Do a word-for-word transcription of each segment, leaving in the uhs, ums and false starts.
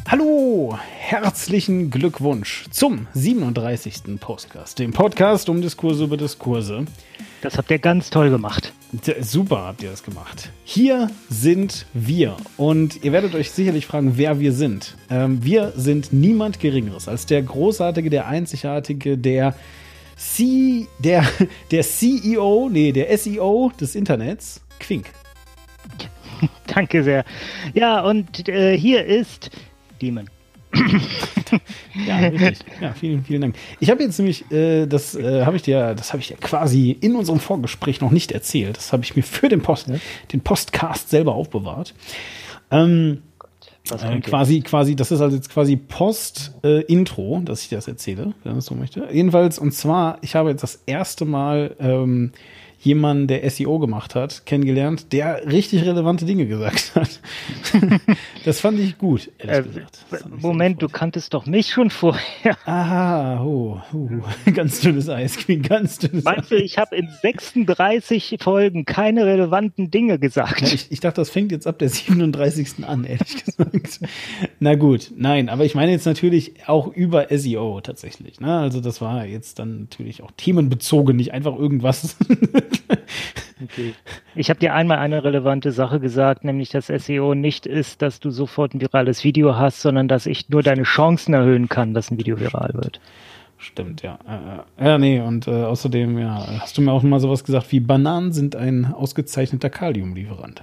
Hallo, herzlichen Glückwunsch zum siebenunddreißigsten Podcast, dem Podcast um Diskurse über Diskurse. Das habt ihr ganz toll gemacht. Super habt ihr das gemacht. Hier sind wir und ihr werdet euch sicherlich fragen, wer wir sind. Ähm, wir sind niemand Geringeres als der großartige, der einzigartige, der C, der, der C E O, nee, der S E O des Internets, Quink. Danke sehr. Ja, und äh, hier ist Demon. Ja, richtig. Ja, vielen, vielen Dank. Ich habe jetzt nämlich, äh, das äh, habe ich dir, das habe ich dir quasi in unserem Vorgespräch noch nicht erzählt. Das habe ich mir für den Post, den Postcast selber aufbewahrt. Ähm, Was äh, quasi, quasi, das ist also jetzt quasi Post-Intro, äh, dass ich das erzähle, wenn man es so möchte. Jedenfalls, und zwar, ich habe jetzt das erste Mal ähm, jemanden, der S E O gemacht hat, kennengelernt, der richtig relevante Dinge gesagt hat. Das fand ich gut, ehrlich äh, gesagt. Moment, du kanntest doch mich schon vorher. Aha, oh, oh, ganz dünnes Eis, ganz dünnes Meinst du, Eis. ich habe in sechsunddreißig Folgen keine relevanten Dinge gesagt? Ja, ich, ich dachte, das fängt jetzt ab der siebenunddreißigsten an, ehrlich gesagt. Na gut, nein, aber ich meine jetzt natürlich auch über S E O tatsächlich. Ne? Also das war jetzt dann natürlich auch themenbezogen, nicht einfach irgendwas. Okay. Ich habe dir einmal eine relevante Sache gesagt, nämlich dass S E O nicht ist, dass du sofort ein virales Video hast, sondern dass ich nur deine Chancen erhöhen kann, dass ein Video viral wird. Stimmt, ja. Äh, ja, nee, und äh, außerdem, ja, hast du mir auch mal sowas gesagt wie Bananen sind ein ausgezeichneter Kaliumlieferant.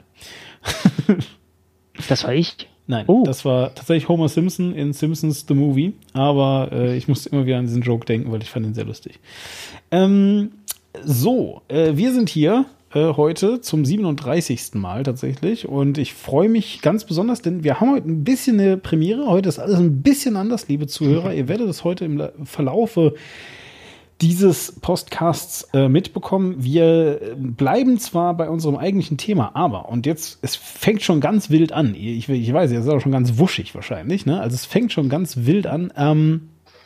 Das war ich? Nein, oh. Das war tatsächlich Homer Simpson in Simpsons The Movie, aber äh, ich musste immer wieder an diesen Joke denken, weil ich fand ihn sehr lustig. Ähm, so, äh, wir sind hier äh, heute zum siebenunddreißigsten Mal tatsächlich und ich freue mich ganz besonders, denn wir haben heute ein bisschen eine Premiere. Heute ist alles ein bisschen anders, liebe Zuhörer. Ihr werdet es heute im Verlaufe dieses Podcasts äh, mitbekommen. Wir bleiben zwar bei unserem eigentlichen Thema, aber, und jetzt, es fängt schon ganz wild an. Ich, ich weiß, es ist auch schon ganz wuschig wahrscheinlich, ne? Also es fängt schon ganz wild an. Ähm,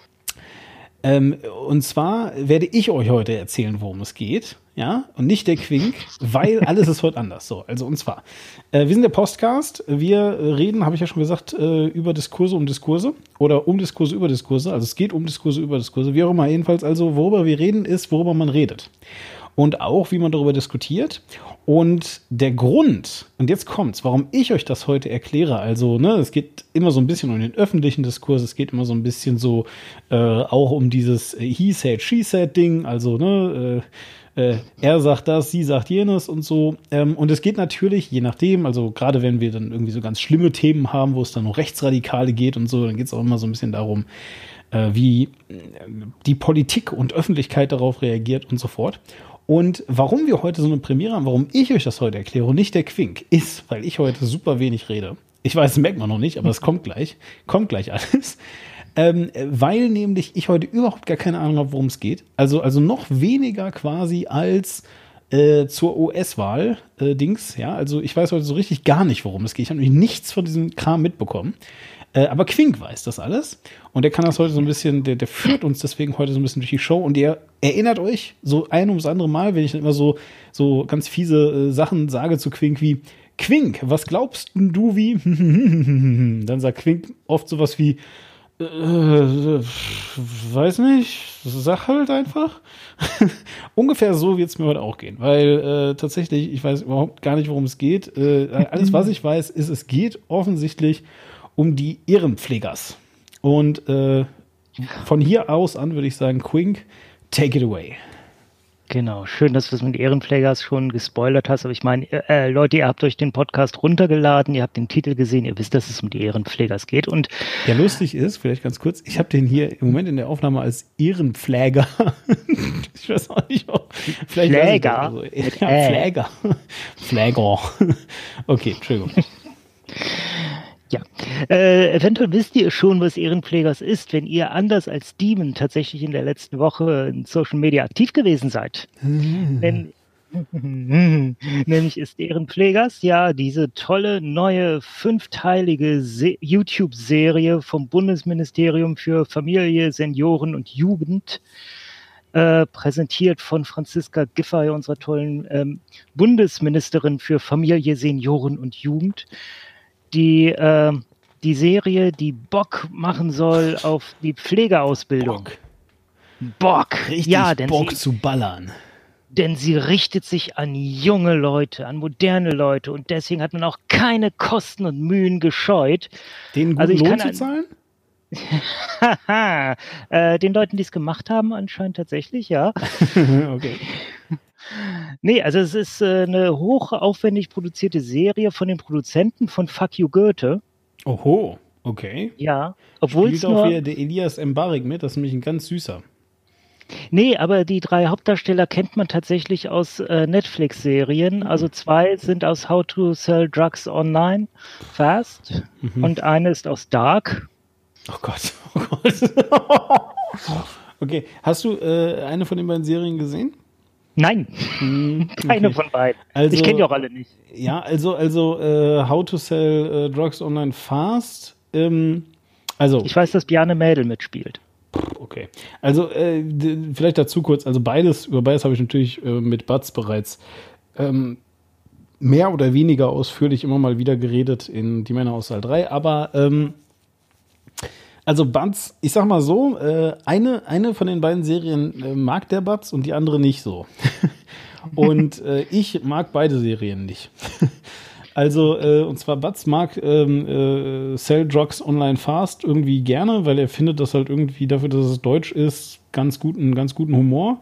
ähm, und zwar werde ich euch heute erzählen, worum es geht, ja, und nicht der Quink, weil alles ist heute anders. So, also und zwar, äh, wir sind der Postcast, wir reden, habe ich ja schon gesagt, äh, über Diskurse um Diskurse oder um Diskurse über Diskurse, also es geht um Diskurse über Diskurse, wie auch immer, jedenfalls, also worüber wir reden ist, worüber man redet. Und auch, wie man darüber diskutiert. Und der Grund, und jetzt kommt's, warum ich euch das heute erkläre, also, ne, es geht immer so ein bisschen um den öffentlichen Diskurs, es geht immer so ein bisschen so äh, auch um dieses He said, she said Ding, also, ne, äh, äh, er sagt das, sie sagt jenes und so. Ähm, und es geht natürlich, je nachdem, also gerade wenn wir dann irgendwie so ganz schlimme Themen haben, wo es dann um Rechtsradikale geht und so, dann geht's auch immer so ein bisschen darum, äh, wie die Politik und Öffentlichkeit darauf reagiert und so fort. Und warum wir heute so eine Premiere haben, warum ich euch das heute erkläre und nicht der Quink, ist, weil ich heute super wenig rede. Ich weiß, das merkt man noch nicht, aber es kommt gleich. Kommt gleich alles. Ähm, weil nämlich ich heute überhaupt gar keine Ahnung habe, worum es geht. Also, also noch weniger quasi als äh, zur U S-Wahl äh, Dings. Ja, also ich weiß heute so richtig gar nicht, worum es geht. Ich habe nämlich nichts von diesem Kram mitbekommen. Äh, aber Quink weiß das alles und der kann das heute so ein bisschen, der, der führt uns deswegen heute so ein bisschen durch die Show und ihr erinnert euch so ein ums andere Mal, wenn ich dann immer so, so ganz fiese äh, Sachen sage zu Quink wie Quink, was glaubst du wie? Dann sagt Quink oft sowas wie äh, weiß nicht, sag halt einfach. Ungefähr so wird es mir heute auch gehen, weil äh, tatsächlich, ich weiß überhaupt gar nicht, worum es geht. Äh, alles, was ich weiß, ist, es geht offensichtlich um die Ehrenpflegers. Und äh, von hier aus an würde ich sagen, Quink, take it away. Genau, schön, dass du es mit Ehrenpflegers schon gespoilert hast, aber ich meine, äh, Leute, ihr habt euch den Podcast runtergeladen, ihr habt den Titel gesehen, ihr wisst, dass es um die Ehrenpflegers geht. Und ja, lustig ist, vielleicht ganz kurz, ich habe den hier im Moment in der Aufnahme als Ehrenpfleger. Ich weiß auch nicht, ob vielleicht Pfleger. So. Ja, äh. Pfleger. Pfleger. Okay, Entschuldigung. Ja, äh, eventuell wisst ihr schon, was Ehrenpflegers ist, wenn ihr anders als Demon tatsächlich in der letzten Woche in Social Media aktiv gewesen seid. Denn, nämlich ist Ehrenpflegers ja diese tolle neue fünfteilige Se- YouTube-Serie vom Bundesministerium für Familie, Senioren und Jugend, äh, präsentiert von Franziska Giffey, unserer tollen ähm, Bundesministerin für Familie, Senioren und Jugend, die äh, die Serie, die Bock machen soll auf die Pflegeausbildung. Bock. Bock. Richtig ja, denn Bock sie, zu ballern. Denn sie richtet sich an junge Leute, an moderne Leute und deswegen hat man auch keine Kosten und Mühen gescheut. Den guten also ich Lohn kann zu zahlen? Haha, äh, den Leuten, die es gemacht haben, anscheinend tatsächlich, ja. Okay. Nee, also es ist äh, eine hochaufwendig produzierte Serie von den Produzenten von Fuck You Goethe. Oho, okay. Ja, obwohl es Spielt auch nur... wieder der Elias Mbarek mit, das ist nämlich ein ganz süßer. Nee, aber die drei Hauptdarsteller kennt man tatsächlich aus äh, Netflix-Serien. Also zwei sind aus How to Sell Drugs Online Fast Mhm. und eine ist aus Dark. Oh Gott, oh Gott. Okay, hast du äh, eine von den beiden Serien gesehen? Nein, Hm, keine okay. von beiden. Also, ich kenne die auch alle nicht. Ja, also, also äh, How to Sell äh, Drugs Online Fast. Ähm, also, Ich weiß, dass Bjarne Mädel mitspielt. okay. Also, äh, d- vielleicht dazu kurz. Also, beides, über beides habe ich natürlich äh, mit Batz bereits ähm, mehr oder weniger ausführlich immer mal wieder geredet in Die Männer aus Saal drei. Aber, ähm, also, Batz, ich sag mal so, äh, eine, eine von den beiden Serien äh, mag der Batz und die andere nicht so. Und äh, ich mag beide Serien nicht. Also, äh, und zwar Batz mag ähm, äh, Sell Drugs Online Fast irgendwie gerne, weil er findet das halt irgendwie dafür, dass es deutsch ist, ganz guten, ganz guten Humor.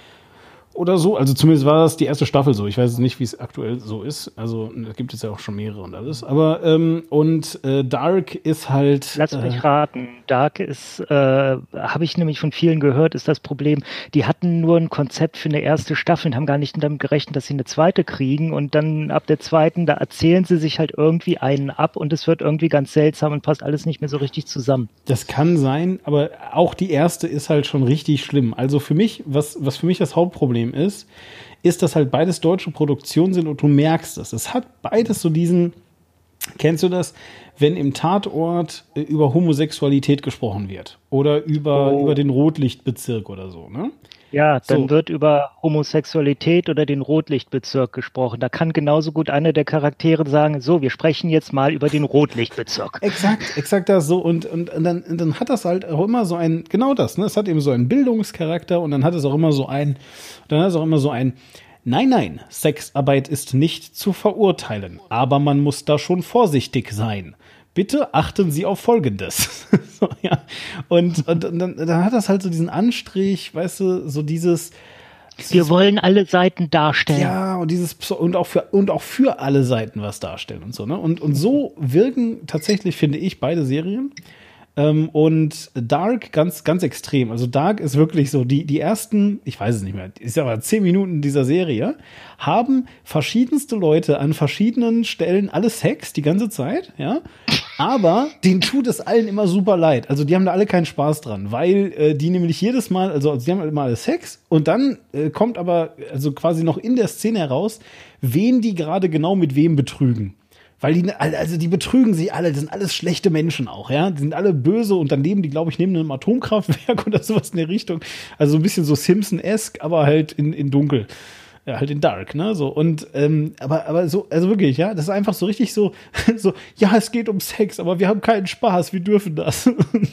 Oder so. Also zumindest war das die erste Staffel so. Ich weiß es nicht, wie es aktuell so ist. Also es gibt es ja auch schon mehrere und alles. Aber ähm, und äh, Dark ist halt. Lass äh, mich raten. Dark ist, äh, habe ich nämlich von vielen gehört, ist das Problem. Die hatten nur ein Konzept für eine erste Staffel und haben gar nicht damit gerechnet, dass sie eine zweite kriegen. Und dann ab der zweiten, da erzählen sie sich halt irgendwie einen ab und es wird irgendwie ganz seltsam und passt alles nicht mehr so richtig zusammen. Das kann sein, aber auch die erste ist halt schon richtig schlimm. Also für mich, was, was für mich das Hauptproblem ist, ist, dass halt beides deutsche Produktionen sind und du merkst es. Es hat beides so diesen, kennst du das, wenn im Tatort äh, über Homosexualität gesprochen wird oder über, Oh. über den Rotlichtbezirk oder so, ne? Ja, dann So. wird über Homosexualität oder den Rotlichtbezirk gesprochen. Da kann genauso gut einer der Charaktere sagen, so, wir sprechen jetzt mal über den Rotlichtbezirk. Exakt, exakt das so. Und, und, und, dann, und dann hat das halt auch immer so ein, genau das, ne? Es hat eben so einen Bildungscharakter und dann hat es auch immer so ein, dann hat es auch immer so ein, nein, nein, Sexarbeit ist nicht zu verurteilen, aber man muss da schon vorsichtig sein. Bitte achten Sie auf Folgendes. So, ja. Und, und, und dann, dann hat das halt so diesen Anstrich, weißt du, so dieses, Wir wollen alle Seiten darstellen. ja, und dieses und auch für und auch für alle Seiten was darstellen und so, ne? Und und so wirken tatsächlich, finde ich, beide Serien. Ähm, und Dark ganz ganz extrem. Also Dark ist wirklich so die die ersten, ich weiß es nicht mehr, ist ja aber zehn Minuten dieser Serie haben verschiedenste Leute an verschiedenen Stellen alle Sex die ganze Zeit, ja. Aber denen tut es allen immer super leid. Also die haben da alle keinen Spaß dran, weil äh, die nämlich jedes Mal, also sie haben halt immer alle Sex und dann äh, kommt aber also quasi noch in der Szene heraus, wen die gerade genau mit wem betrügen. Weil die, also die betrügen sich alle, das sind alles schlechte Menschen auch, ja. Die sind alle böse und dann leben die, glaube ich, neben einem Atomkraftwerk oder sowas in der Richtung. Also so ein bisschen so Simpson-esque, aber halt in, in dunkel. Ja, halt in Dark, ne? So, und, ähm, aber, aber so, also wirklich, ja, das ist einfach so richtig so, so, ja, es geht um Sex, aber wir haben keinen Spaß, wir dürfen das.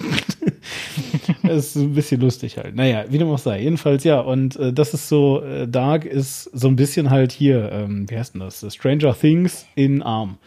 Das ist ein bisschen lustig halt. Naja, wie dem auch sei. Jedenfalls, ja, und äh, das ist so, äh, Dark ist so ein bisschen halt hier, ähm, wie heißt denn das? Stranger Things in Arm.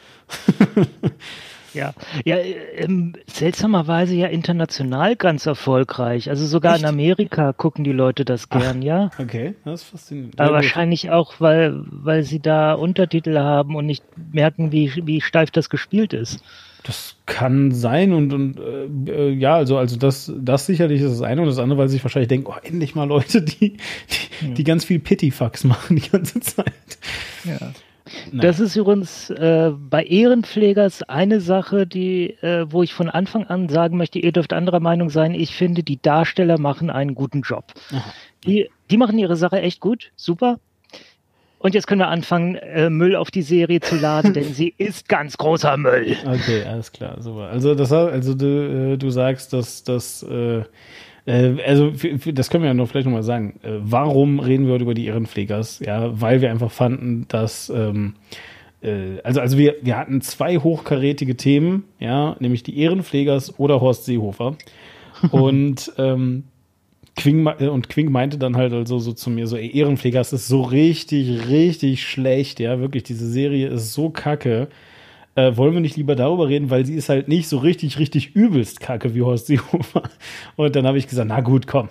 Ja, ja ähm, seltsamerweise ja international ganz erfolgreich. Also sogar Echt? in Amerika gucken die Leute das gern, ja. Okay, das ist faszinierend. Aber Ja, gut. wahrscheinlich auch, weil, weil sie da Untertitel haben und nicht merken, wie, wie steif das gespielt ist. Das kann sein und, und äh, äh, ja, also, also das, das sicherlich ist das eine und das andere, weil sie sich wahrscheinlich denken, oh, endlich mal Leute, die, die, Ja. die ganz viel Pityfucks machen die ganze Zeit. Ja. Naja. Das ist übrigens äh, bei Ehrenpflegers eine Sache, die, äh, wo ich von Anfang an sagen möchte, ihr dürft anderer Meinung sein. Ich finde, die Darsteller machen einen guten Job. Aha. Die, die machen ihre Sache echt gut, super. Und jetzt können wir anfangen, äh, Müll auf die Serie zu laden, denn sie ist ganz großer Müll. Okay, alles klar, super. Also das, also du, äh, du sagst, dass das, äh, äh, also für, für, das können wir ja noch vielleicht nochmal sagen. Äh, warum reden wir heute über die Ehrenpflegers? Ja, weil wir einfach fanden, dass ähm, äh, also, also wir, wir hatten zwei hochkarätige Themen, ja, nämlich die Ehrenpflegers oder Horst Seehofer. Und, ähm, Quing, und Quing meinte dann halt also so zu mir so, ey, Ehrenpflegers ist so richtig, richtig schlecht, ja, wirklich, diese Serie ist so kacke. Äh, wollen wir nicht lieber darüber reden, weil sie ist halt nicht so richtig, richtig übelst kacke wie Horst Seehofer. Und dann habe ich gesagt, na gut, komm.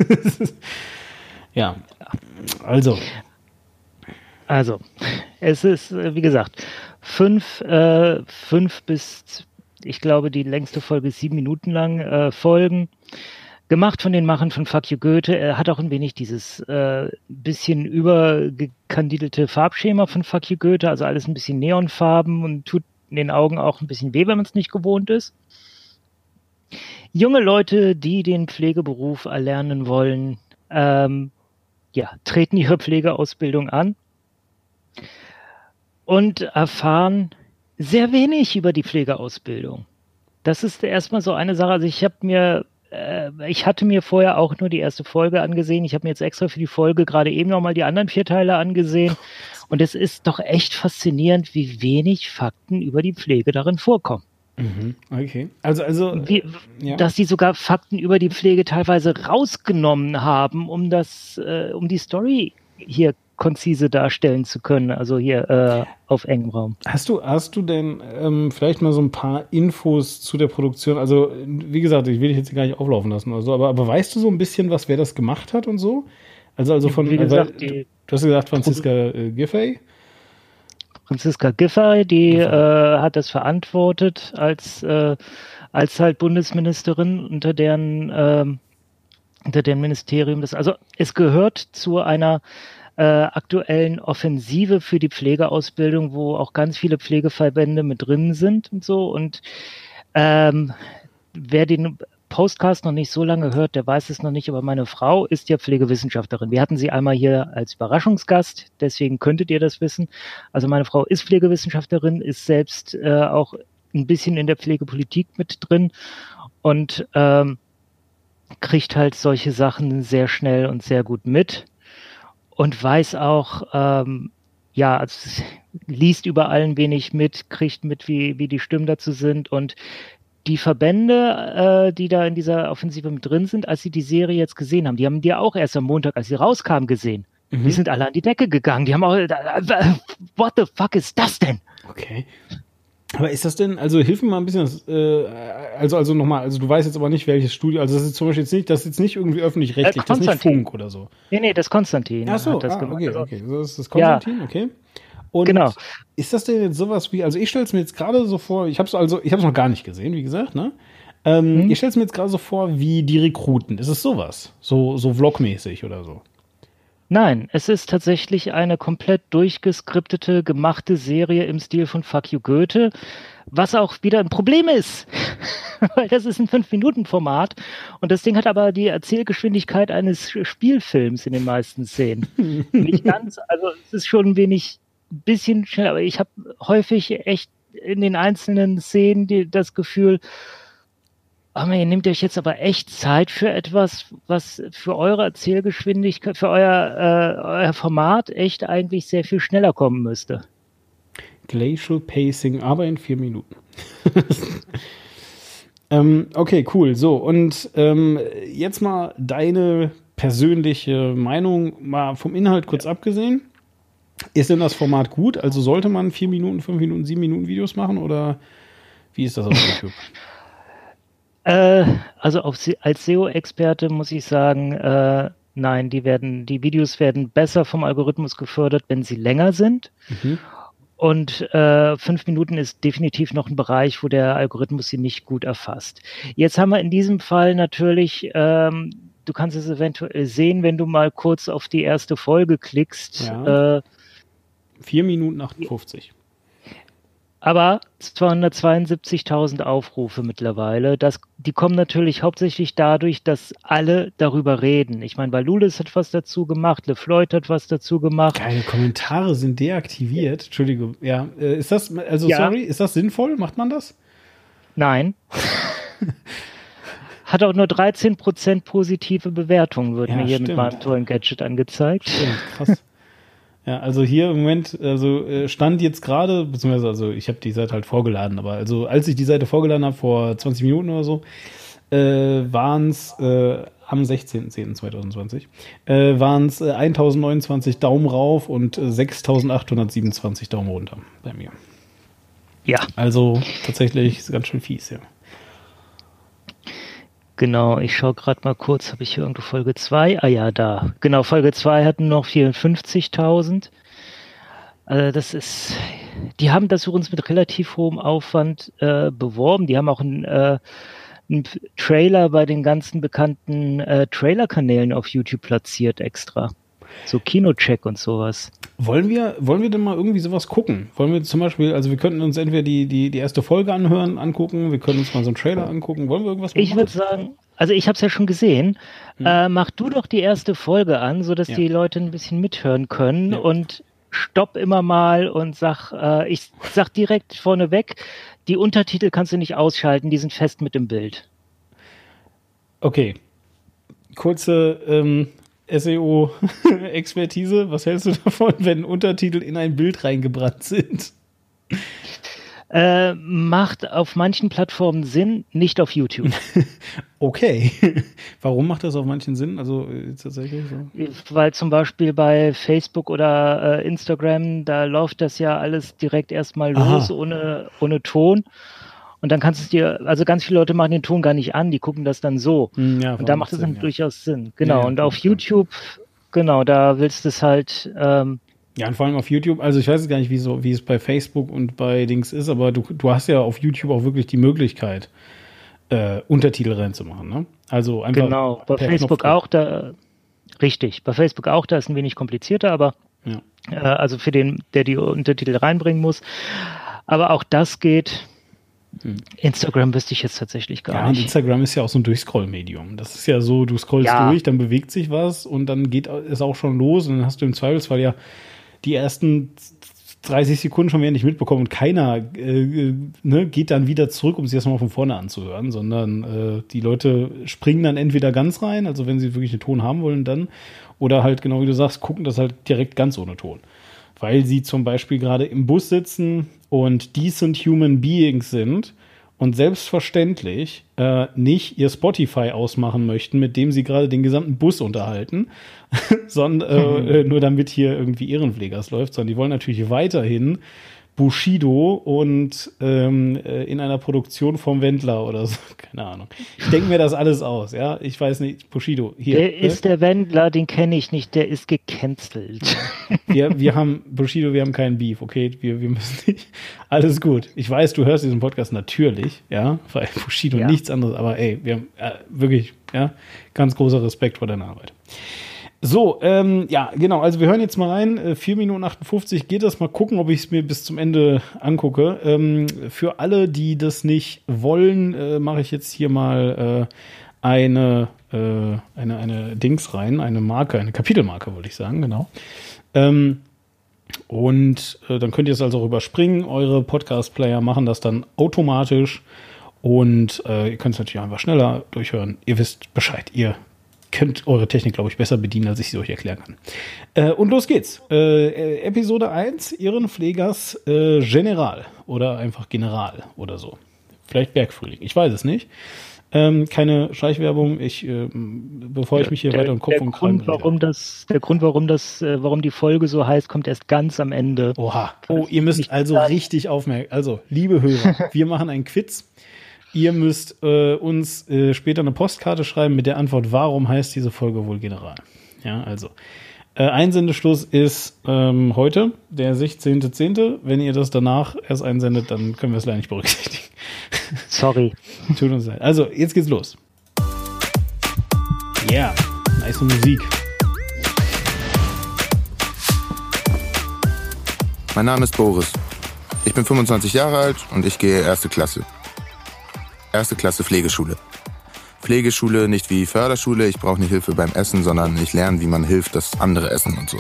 Ja, also. Also, es ist, wie gesagt, fünf, äh, fünf bis, ich glaube, die längste Folge ist sieben Minuten lang, äh, Folgen. Gemacht von den Machern von Fuck You Goethe. Er hat auch ein wenig dieses äh, bisschen übergekandidelte Farbschema von Fuck You Goethe, also alles ein bisschen Neonfarben und tut in den Augen auch ein bisschen weh, wenn man es nicht gewohnt ist. Junge Leute, die den Pflegeberuf erlernen wollen, ähm, ja, treten ihre Pflegeausbildung an und erfahren sehr wenig über die Pflegeausbildung. Das ist erstmal so eine Sache. Also ich habe mir Ich hatte mir vorher auch nur die erste Folge angesehen. Ich habe mir jetzt extra für die Folge gerade eben nochmal die anderen vier Teile angesehen. Und es ist doch echt faszinierend, wie wenig Fakten über die Pflege darin vorkommen. Mhm, okay. Also, also wie, ja. Dass sie sogar Fakten über die Pflege teilweise rausgenommen haben, um das, äh, um die Story hier konzise darstellen zu können, also hier äh, auf engem Raum. Hast du, hast du denn ähm, vielleicht mal so ein paar Infos zu der Produktion? Also, wie gesagt, ich will dich jetzt gar nicht auflaufen lassen oder so, aber, aber weißt du so ein bisschen, was wer das gemacht hat und so? Also, also von, wie gesagt, weil, du, du hast gesagt, Franziska äh, Giffey? Franziska Giffey, die äh, hat das verantwortet als, äh, als halt Bundesministerin unter deren, äh, unter deren Ministerium. Das, also, es gehört zu einer Äh, aktuellen Offensive für die Pflegeausbildung, wo auch ganz viele Pflegeverbände mit drin sind und so. Und ähm, wer den Postcast noch nicht so lange hört, der weiß es noch nicht, aber meine Frau ist ja Pflegewissenschaftlerin. Wir hatten sie einmal hier als Überraschungsgast, deswegen könntet ihr das wissen. Also meine Frau ist Pflegewissenschaftlerin, ist selbst äh, auch ein bisschen in der Pflegepolitik mit drin und ähm, kriegt halt solche Sachen sehr schnell und sehr gut mit. Und weiß auch, ähm, ja, also liest überall ein wenig mit, kriegt mit, wie, wie die Stimmen dazu sind. Und die Verbände, äh, die da in dieser Offensive mit drin sind, als sie die Serie jetzt gesehen haben, die haben die auch erst am Montag, als sie rauskam, gesehen. Mhm. Die sind alle an die Decke gegangen. Die haben auch, what the fuck ist das denn? Okay. Aber ist das denn, also hilf mir mal ein bisschen, äh, also also nochmal, also du weißt jetzt aber nicht, welches Studio, also das ist zum Beispiel jetzt nicht, das ist jetzt nicht irgendwie öffentlich-rechtlich, äh, das ist nicht Funk oder so. Nee, nee, das ist Konstantin. Ach so, hat das ah, gemacht. okay, okay, das ist das Konstantin, ja. Okay. Und genau. Ist das denn jetzt sowas wie, also ich stelle es mir jetzt gerade so vor, ich habe es also, ich habe es noch gar nicht gesehen, wie gesagt, ne? Ähm, hm. Ich stelle es mir jetzt gerade so vor wie die Rekruten. Ist es sowas? So, so vlogmäßig oder so? Nein, es ist tatsächlich eine komplett durchgeskriptete, gemachte Serie im Stil von Fuck You Goethe, was auch wieder ein Problem ist, weil das ist ein fünf-Minuten-Format und das Ding hat aber die Erzählgeschwindigkeit eines Spielfilms in den meisten Szenen. Nicht ganz, also es ist schon ein wenig, ein bisschen schnell, aber ich habe häufig echt in den einzelnen Szenen die, das Gefühl, oh man, ihr nehmt euch jetzt aber echt Zeit für etwas, was für eure Erzählgeschwindigkeit, für euer, äh, euer Format echt eigentlich sehr viel schneller kommen müsste. Glacial Pacing, aber in vier Minuten. ähm, okay, cool. So, und ähm, jetzt mal deine persönliche Meinung, mal vom Inhalt kurz ja. abgesehen. Ist denn das Format gut? Also sollte man vier Minuten, fünf Minuten, sieben Minuten Videos machen oder wie ist das auf YouTube? Äh, also auf, als S E O-Experte muss ich sagen, äh, nein, die werden, die Videos werden besser vom Algorithmus gefördert, wenn sie länger sind. Mhm. Und äh, fünf Minuten ist definitiv noch ein Bereich, wo der Algorithmus sie nicht gut erfasst. Jetzt haben wir in diesem Fall natürlich, ähm, du kannst es eventuell sehen, wenn du mal kurz auf die erste Folge klickst. Ja. Äh, Vier Minuten achtundfünfzig. Aber zweihundertzweiundsiebzigtausend Aufrufe mittlerweile. Das, die kommen natürlich hauptsächlich dadurch, dass alle darüber reden. Ich meine, bei Lulis hat was dazu gemacht, LeFloid hat was dazu gemacht. Geile Kommentare sind deaktiviert. Entschuldigung. Ja, ist das, also ja. sorry, ist das sinnvoll? Macht man das? Nein. Hat auch nur dreizehn Prozent positive Bewertungen, wird ja, mir hier stimmt. mit meinem tollen Gadget angezeigt. Stimmt, krass. Ja, also hier im Moment, also stand jetzt gerade, beziehungsweise also ich habe die Seite halt vorgeladen, aber also als ich die Seite vorgeladen habe, vor zwanzig Minuten oder so, äh, waren es äh, am sechzehnten zehnten zweitausendzwanzig, äh, waren es äh, tausendneunundzwanzig Daumen rauf und äh, sechstausendachthundertsiebenundzwanzig Daumen runter bei mir. Ja. Also tatsächlich ist ganz schön fies, ja. Genau, ich schaue gerade mal kurz, habe ich hier irgendwo Folge zwei? Ah ja, da. Genau, Folge zwei hatten noch vierundfünfzigtausend. Also das ist, die haben das übrigens mit relativ hohem Aufwand äh, beworben. Die haben auch einen, äh, einen Trailer bei den ganzen bekannten äh, Trailer-Kanälen auf YouTube platziert extra. So Kinocheck und sowas. Wollen wir, wollen wir denn mal irgendwie sowas gucken? Wollen wir zum Beispiel, also wir könnten uns entweder die, die, die erste Folge anhören, angucken, wir können uns mal so einen Trailer angucken. Wollen wir irgendwas machen? Ich würde sagen, also ich habe es ja schon gesehen, hm. äh, mach du doch die erste Folge an, sodass ja. die Leute ein bisschen mithören können ja. und stopp immer mal und sag, äh, ich sag direkt vorneweg, die Untertitel kannst du nicht ausschalten, die sind fest mit im Bild. Okay. Kurze, ähm, S E O-Expertise. Was hältst du davon, wenn Untertitel in ein Bild reingebrannt sind? Äh, macht auf manchen Plattformen Sinn, nicht auf YouTube. Okay. Warum macht das auf manchen Sinn? Also äh, tatsächlich so? Weil zum Beispiel bei Facebook oder äh, Instagram, da läuft das ja alles direkt erstmal los, ohne, ohne Ton. Und dann kannst du es dir, also ganz viele Leute machen den Ton gar nicht an, die gucken das dann so. Ja, und da macht es dann ja. durchaus Sinn. Genau. Ja, ja, und auf klar. YouTube, genau, da willst du es halt. Ähm, ja, und vor allem auf YouTube, also ich weiß gar nicht, wie, so, wie es bei Facebook und bei Dings ist, aber du, du hast ja auf YouTube auch wirklich die Möglichkeit, äh, Untertitel reinzumachen, ne? Also einfach. Genau, bei Facebook auch, da, richtig, bei Facebook auch, da ist ein wenig komplizierter, aber ja. äh, also für den, der die Untertitel reinbringen muss. Aber auch das geht. Instagram wüsste ich jetzt tatsächlich gar ja, nicht. Ja, und Instagram ist ja auch so ein Durchscroll-Medium. Das ist ja so, du scrollst ja. durch, dann bewegt sich was und dann geht es auch schon los und dann hast du im Zweifelsfall ja die ersten dreißig Sekunden schon wieder nicht mitbekommen und keiner äh, ne, geht dann wieder zurück, um sich das mal von vorne anzuhören, sondern äh, die Leute springen dann entweder ganz rein, also wenn sie wirklich einen Ton haben wollen, dann, oder halt genau wie du sagst, gucken das halt direkt ganz ohne Ton. Weil sie zum Beispiel gerade im Bus sitzen und decent human beings sind und selbstverständlich äh, nicht ihr Spotify ausmachen möchten, mit dem sie gerade den gesamten Bus unterhalten, sondern äh, nur damit hier irgendwie Ehrenpflegers läuft, sondern die wollen natürlich weiterhin Bushido und ähm, in einer Produktion vom Wendler oder so, keine Ahnung. Ich denke mir das alles aus, ja. Ich weiß nicht, Bushido, hier. Der ist der Wendler, den kenne ich nicht, der ist gecancelt. Wir, wir haben, Bushido, wir haben keinen Beef, okay? Wir, wir müssen nicht, alles gut. Ich weiß, du hörst diesen Podcast natürlich, ja, weil Bushido ja. nichts anderes, aber ey, wir haben äh, wirklich, ja, ganz großer Respekt vor deiner Arbeit. So, ähm, ja, genau, also wir hören jetzt mal rein, äh, vier Minuten achtundfünfzig geht das, mal gucken, ob ich es mir bis zum Ende angucke. Ähm, für alle, die das nicht wollen, äh, mache ich jetzt hier mal äh, eine, äh, eine, eine Dings rein, eine Marke, eine Kapitelmarke, wollte ich sagen, genau. Ähm, und äh, dann könnt ihr es also auch überspringen, eure Podcast-Player machen das dann automatisch und äh, ihr könnt es natürlich einfach schneller durchhören. Ihr wisst Bescheid, ihr könnt eure Technik, glaube ich, besser bedienen, als ich sie euch erklären kann. Äh, und los geht's. Äh, Episode eins, Ehrenpflegers äh, General oder einfach General oder so. Vielleicht Bergfrühling, ich weiß es nicht. Ähm, keine Schleichwerbung, ich, äh, bevor ich mich hier der, weiter im Kopf der und Grund, warum das, Der Grund, warum das, äh, warum die Folge so heißt, kommt erst ganz am Ende. Oha, oh, ihr müsst also richtig aufmerken. Also, liebe Hörer, wir machen einen Quiz. Ihr müsst äh, uns äh, später eine Postkarte schreiben mit der Antwort, warum heißt diese Folge wohl General? Ja, also. Äh, Einsendeschluss ist ähm, heute, der sechzehnten zehnten Wenn ihr das danach erst einsendet, dann können wir es leider nicht berücksichtigen. Sorry. Tut uns leid. Also, jetzt geht's los. Ja, yeah, nice Musik. Mein Name ist Boris. Ich bin fünfundzwanzig Jahre alt und ich gehe erste Klasse. Erste Klasse Pflegeschule. Pflegeschule nicht wie Förderschule, ich brauche nicht Hilfe beim Essen, sondern ich lerne, wie man hilft, dass andere essen und so.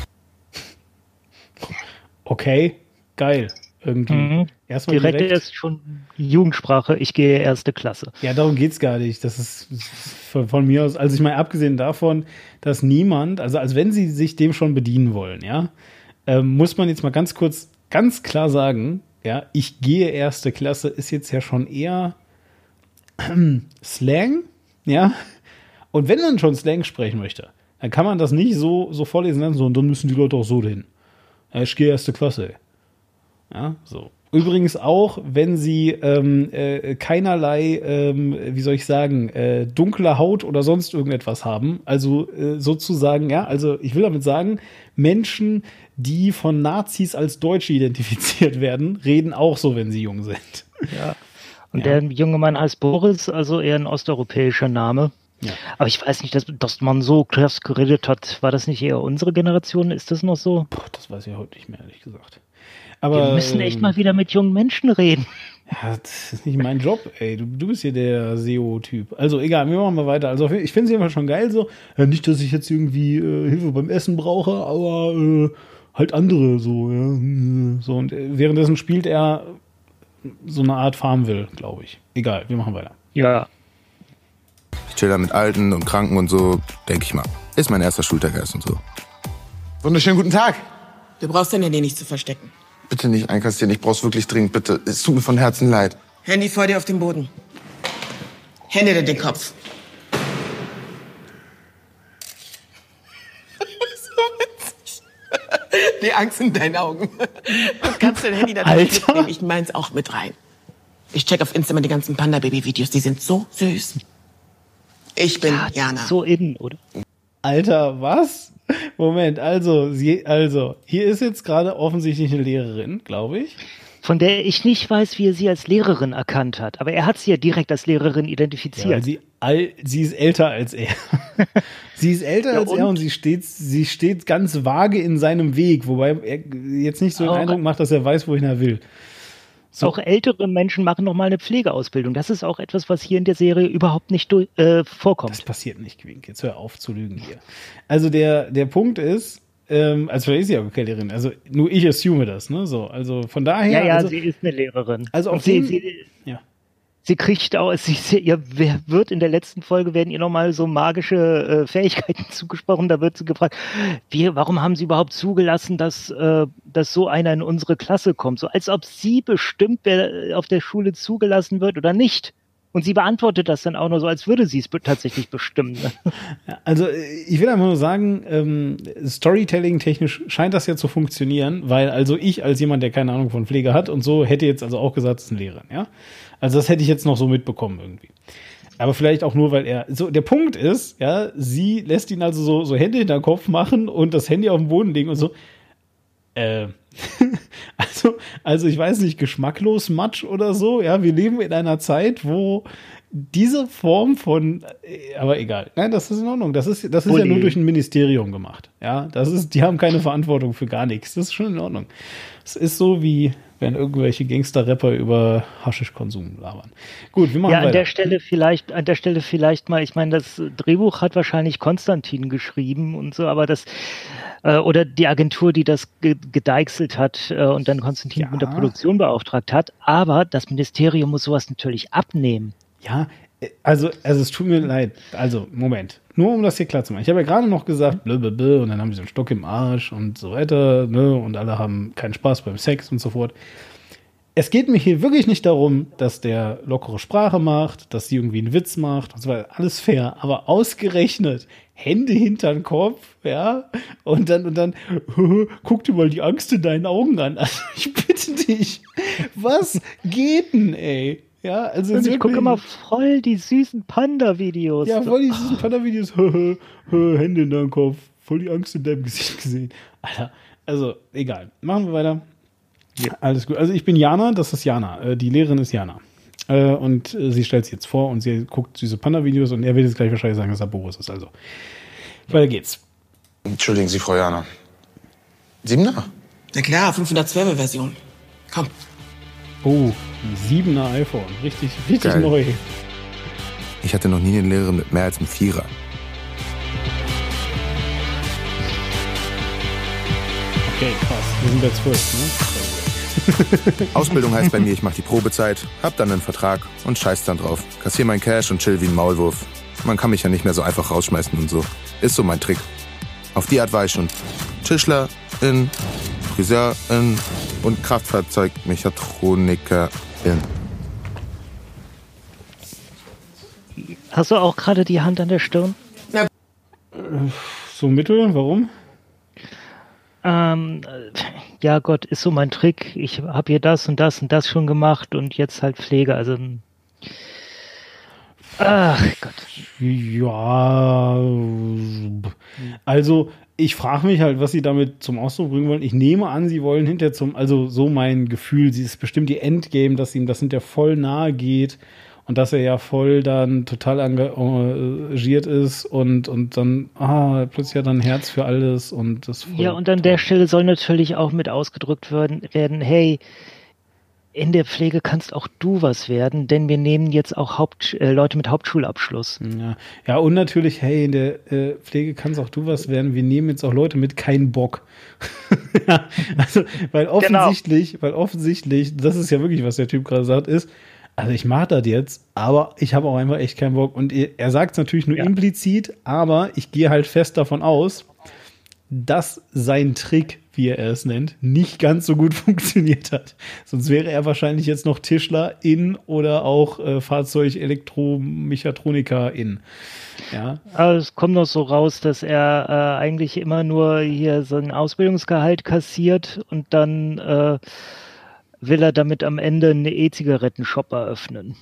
Okay, geil. Irgendwie. Mhm. Erstmal direkt, direkt ist schon Jugendsprache, ich gehe erste Klasse. Ja, darum geht's gar nicht. Das ist von, von mir aus, also ich meine, abgesehen davon, dass niemand, also als wenn sie sich dem schon bedienen wollen, ja, ähm, muss man jetzt mal ganz kurz, ganz klar sagen, ja, ich gehe erste Klasse ist jetzt ja schon eher äh, Slang, ja. Und wenn man schon Slang sprechen möchte, dann kann man das nicht so, so vorlesen lassen, so, und dann müssen die Leute auch so hin. Ja, ich gehe erste Klasse. Ja, so. Übrigens auch, wenn sie ähm, äh, keinerlei, ähm, wie soll ich sagen, äh, dunkle Haut oder sonst irgendetwas haben. Also äh, sozusagen, ja, also ich will damit sagen, Menschen, die von Nazis als Deutsche identifiziert werden, reden auch so, wenn sie jung sind. Ja. Und Ja. der junge Mann heißt Boris, also eher ein osteuropäischer Name. Ja. Aber ich weiß nicht, dass, dass man so krass geredet hat. War das nicht eher unsere Generation? Ist das noch so? Puh, das weiß ich heute nicht mehr, ehrlich gesagt. Aber, Wir müssen echt ähm, mal wieder mit jungen Menschen reden. Ja, das ist nicht mein Job, ey. Du, du bist hier der S E O-Typ. Also egal, wir machen mal weiter. Also ich finde es jedenfalls schon geil so. Ja, nicht, dass ich jetzt irgendwie äh, Hilfe beim Essen brauche, aber äh, halt andere so, ja. So, und äh, währenddessen spielt er so eine Art Farmville, glaube ich. Egal, wir machen weiter. Ja. Ich chill da mit Alten und Kranken und so, denke ich mal. Ist mein erster Schultag erst und so. Wunderschönen guten Tag. Du brauchst dein Handy nicht zu verstecken. Bitte nicht einkassieren, ich brauch's wirklich dringend, bitte. Es tut mir von Herzen leid. Handy vor dir auf dem Boden. Hände dir den Kopf. So witzig. Die Angst in deinen Augen. Du kannst dein Handy natürlich Alter. mitnehmen. Ich meins auch mit rein. Ich check auf Instagram die ganzen Panda-Baby-Videos. Die sind so süß. Ich bin Ja, Jana. so innen, oder? Alter, was? Moment, also, sie, also, hier ist jetzt gerade offensichtlich eine Lehrerin, glaube ich. Von der ich nicht weiß, wie er sie als Lehrerin erkannt hat. Aber er hat sie ja direkt als Lehrerin Ja, identifiziert. weil sie, all, sie ist älter als er. Sie ist älter Ja, als er und? und sie steht, sie steht ganz vage in seinem Weg, wobei er jetzt nicht so den Auch- Eindruck macht, dass er weiß, wohin er will. So. Auch ältere Menschen machen noch mal eine Pflegeausbildung. Das ist auch etwas, was hier in der Serie überhaupt nicht durch, äh, Das vorkommt. passiert nicht, Quink. Jetzt hör auf zu lügen hier. Also der, der Punkt ist, ähm, also vielleicht ist sie auch keine Lehrerin, also nur ich assume das, ne? So, also von daher. Ja, ja, also, sie ist eine Lehrerin. also auf Und sie, dem- sie, ja. sie kriegt auch, sie, sie, ihr wer- wird in der letzten Folge werden ihr nochmal so magische äh, Fähigkeiten zugesprochen. Da wird sie gefragt, wie, warum haben sie überhaupt zugelassen, dass, äh, dass so einer in unsere Klasse kommt? So als ob sie bestimmt, wer auf der Schule zugelassen wird oder nicht. Und sie beantwortet das dann auch nur so, als würde sie es be- tatsächlich bestimmen. Ja, also äh, ich will einfach nur sagen, ähm, Storytelling-technisch scheint das ja zu funktionieren, weil also ich als jemand, der keine Ahnung von Pflege hat und so, hätte jetzt also auch gesagt, es ist ein Lehrer, ja. Also das hätte ich jetzt noch so mitbekommen irgendwie. Aber vielleicht auch nur, weil er, so, der Punkt ist, ja, sie lässt ihn also so, so Hände hinter den Kopf machen und das Handy auf den Boden legen und so. Äh, also, also ich weiß nicht, geschmacklos Matsch oder so, ja, wir leben in einer Zeit, wo diese Form von, äh, aber egal, nein, das ist in Ordnung, das ist, das ist ja Bulli. nur durch ein Ministerium gemacht, ja, das ist, die haben keine Verantwortung für gar nichts, das ist schon in Ordnung. Es ist so wie, wenn irgendwelche Gangster-Rapper über Haschischkonsum labern. Gut, wir machen Ja, an weiter. der Stelle vielleicht, an der Stelle vielleicht mal, ich meine, das Drehbuch hat wahrscheinlich Konstantin geschrieben und so, aber das, äh, oder die Agentur, die das ge gedeichselt hat äh, und dann Konstantin Ja. mit der Produktion beauftragt hat, aber das Ministerium muss sowas natürlich abnehmen. Ja, äh, also, also es tut mir leid. Also, Moment. Nur um das hier klar zu machen. Ich habe ja gerade noch gesagt, blablabla, und dann haben sie einen Stock im Arsch und so weiter, ne, und alle haben keinen Spaß beim Sex und so fort. Es geht mir hier wirklich nicht darum, dass der lockere Sprache macht, dass sie irgendwie einen Witz macht und so weiter. Alles fair. Aber ausgerechnet Hände hinter den Kopf, ja, und dann, und dann, guck dir mal die Angst in deinen Augen an. Also, ich bitte dich. Was geht denn, ey? Ja, also Und ich gucke wirklich- immer voll die süßen Panda-Videos. ja, voll die süßen Panda-Videos. Hände in deinem Kopf. Voll die Angst in deinem Gesicht gesehen. Alter, also, egal. Machen wir weiter. Alles gut. Also, ich bin Jana, das ist Jana. Äh, die Lehrerin ist Jana. Äh, und äh, sie stellt sich jetzt vor und sie guckt süße Panda-Videos und er wird jetzt gleich wahrscheinlich sagen, dass er Boris ist. Also, weiter geht's. Entschuldigen Sie, Frau Jana. Siebener? Na klar, fünfhundertzwölfer Version. Komm. Oh, ein siebener iPhone. Richtig, richtig Geil. neu. Ich hatte noch nie eine Lehrerin mit mehr als einem Vierer. Okay, krass. Wir sind bei zwölf, ne? Ausbildung heißt bei mir, ich mache die Probezeit, hab dann einen Vertrag und scheiß dann drauf. Kassier meinen Cash und chill wie ein Maulwurf. Man kann mich ja nicht mehr so einfach rausschmeißen und so. Ist so mein Trick. Auf die Art war ich schon Tischler in Friseurin und Kraftfahrzeugmechatronikerin. Hast du auch gerade die Hand an der Stirn? Ja. So mittel, warum? Ähm, ja Gott, ist so mein Trick. Ich habe hier das und das und das schon gemacht und jetzt halt Pflege, also ach Gott. Ja, also ich frage mich halt, was sie damit zum Ausdruck bringen wollen. Ich nehme an, sie wollen hinterher zum, also so mein Gefühl, sie ist bestimmt die Endgame, dass ihm das hinterher voll nahe geht und dass er ja voll dann total engagiert ist und, und dann, ah, plötzlich hat er ein Herz für alles und das voll ja, und an der Stelle soll natürlich auch mit ausgedrückt werden, werden, hey, in der Pflege kannst auch du was werden, denn wir nehmen jetzt auch Haupt, äh, Leute mit Hauptschulabschluss. Ja. Ja, und natürlich, hey, in der äh, Pflege kannst auch du was werden. Wir nehmen jetzt auch Leute mit keinen Bock. Ja, also, weil offensichtlich, genau. weil offensichtlich, das ist ja wirklich, was der Typ gerade sagt, ist, also ich mache das jetzt, aber ich habe auch einfach echt keinen Bock. Und er sagt es natürlich nur ja. implizit, aber ich gehe halt fest davon aus, dass sein Trick, wie er es nennt, nicht ganz so gut funktioniert hat. Sonst wäre er wahrscheinlich jetzt noch Tischler in oder auch äh, Fahrzeug-Elektromechatroniker in. Ja. Aber es kommt noch so raus, dass er äh, eigentlich immer nur hier so ein Ausbildungsgehalt kassiert und dann äh, will er damit am Ende einen E-Zigaretten-Shop eröffnen.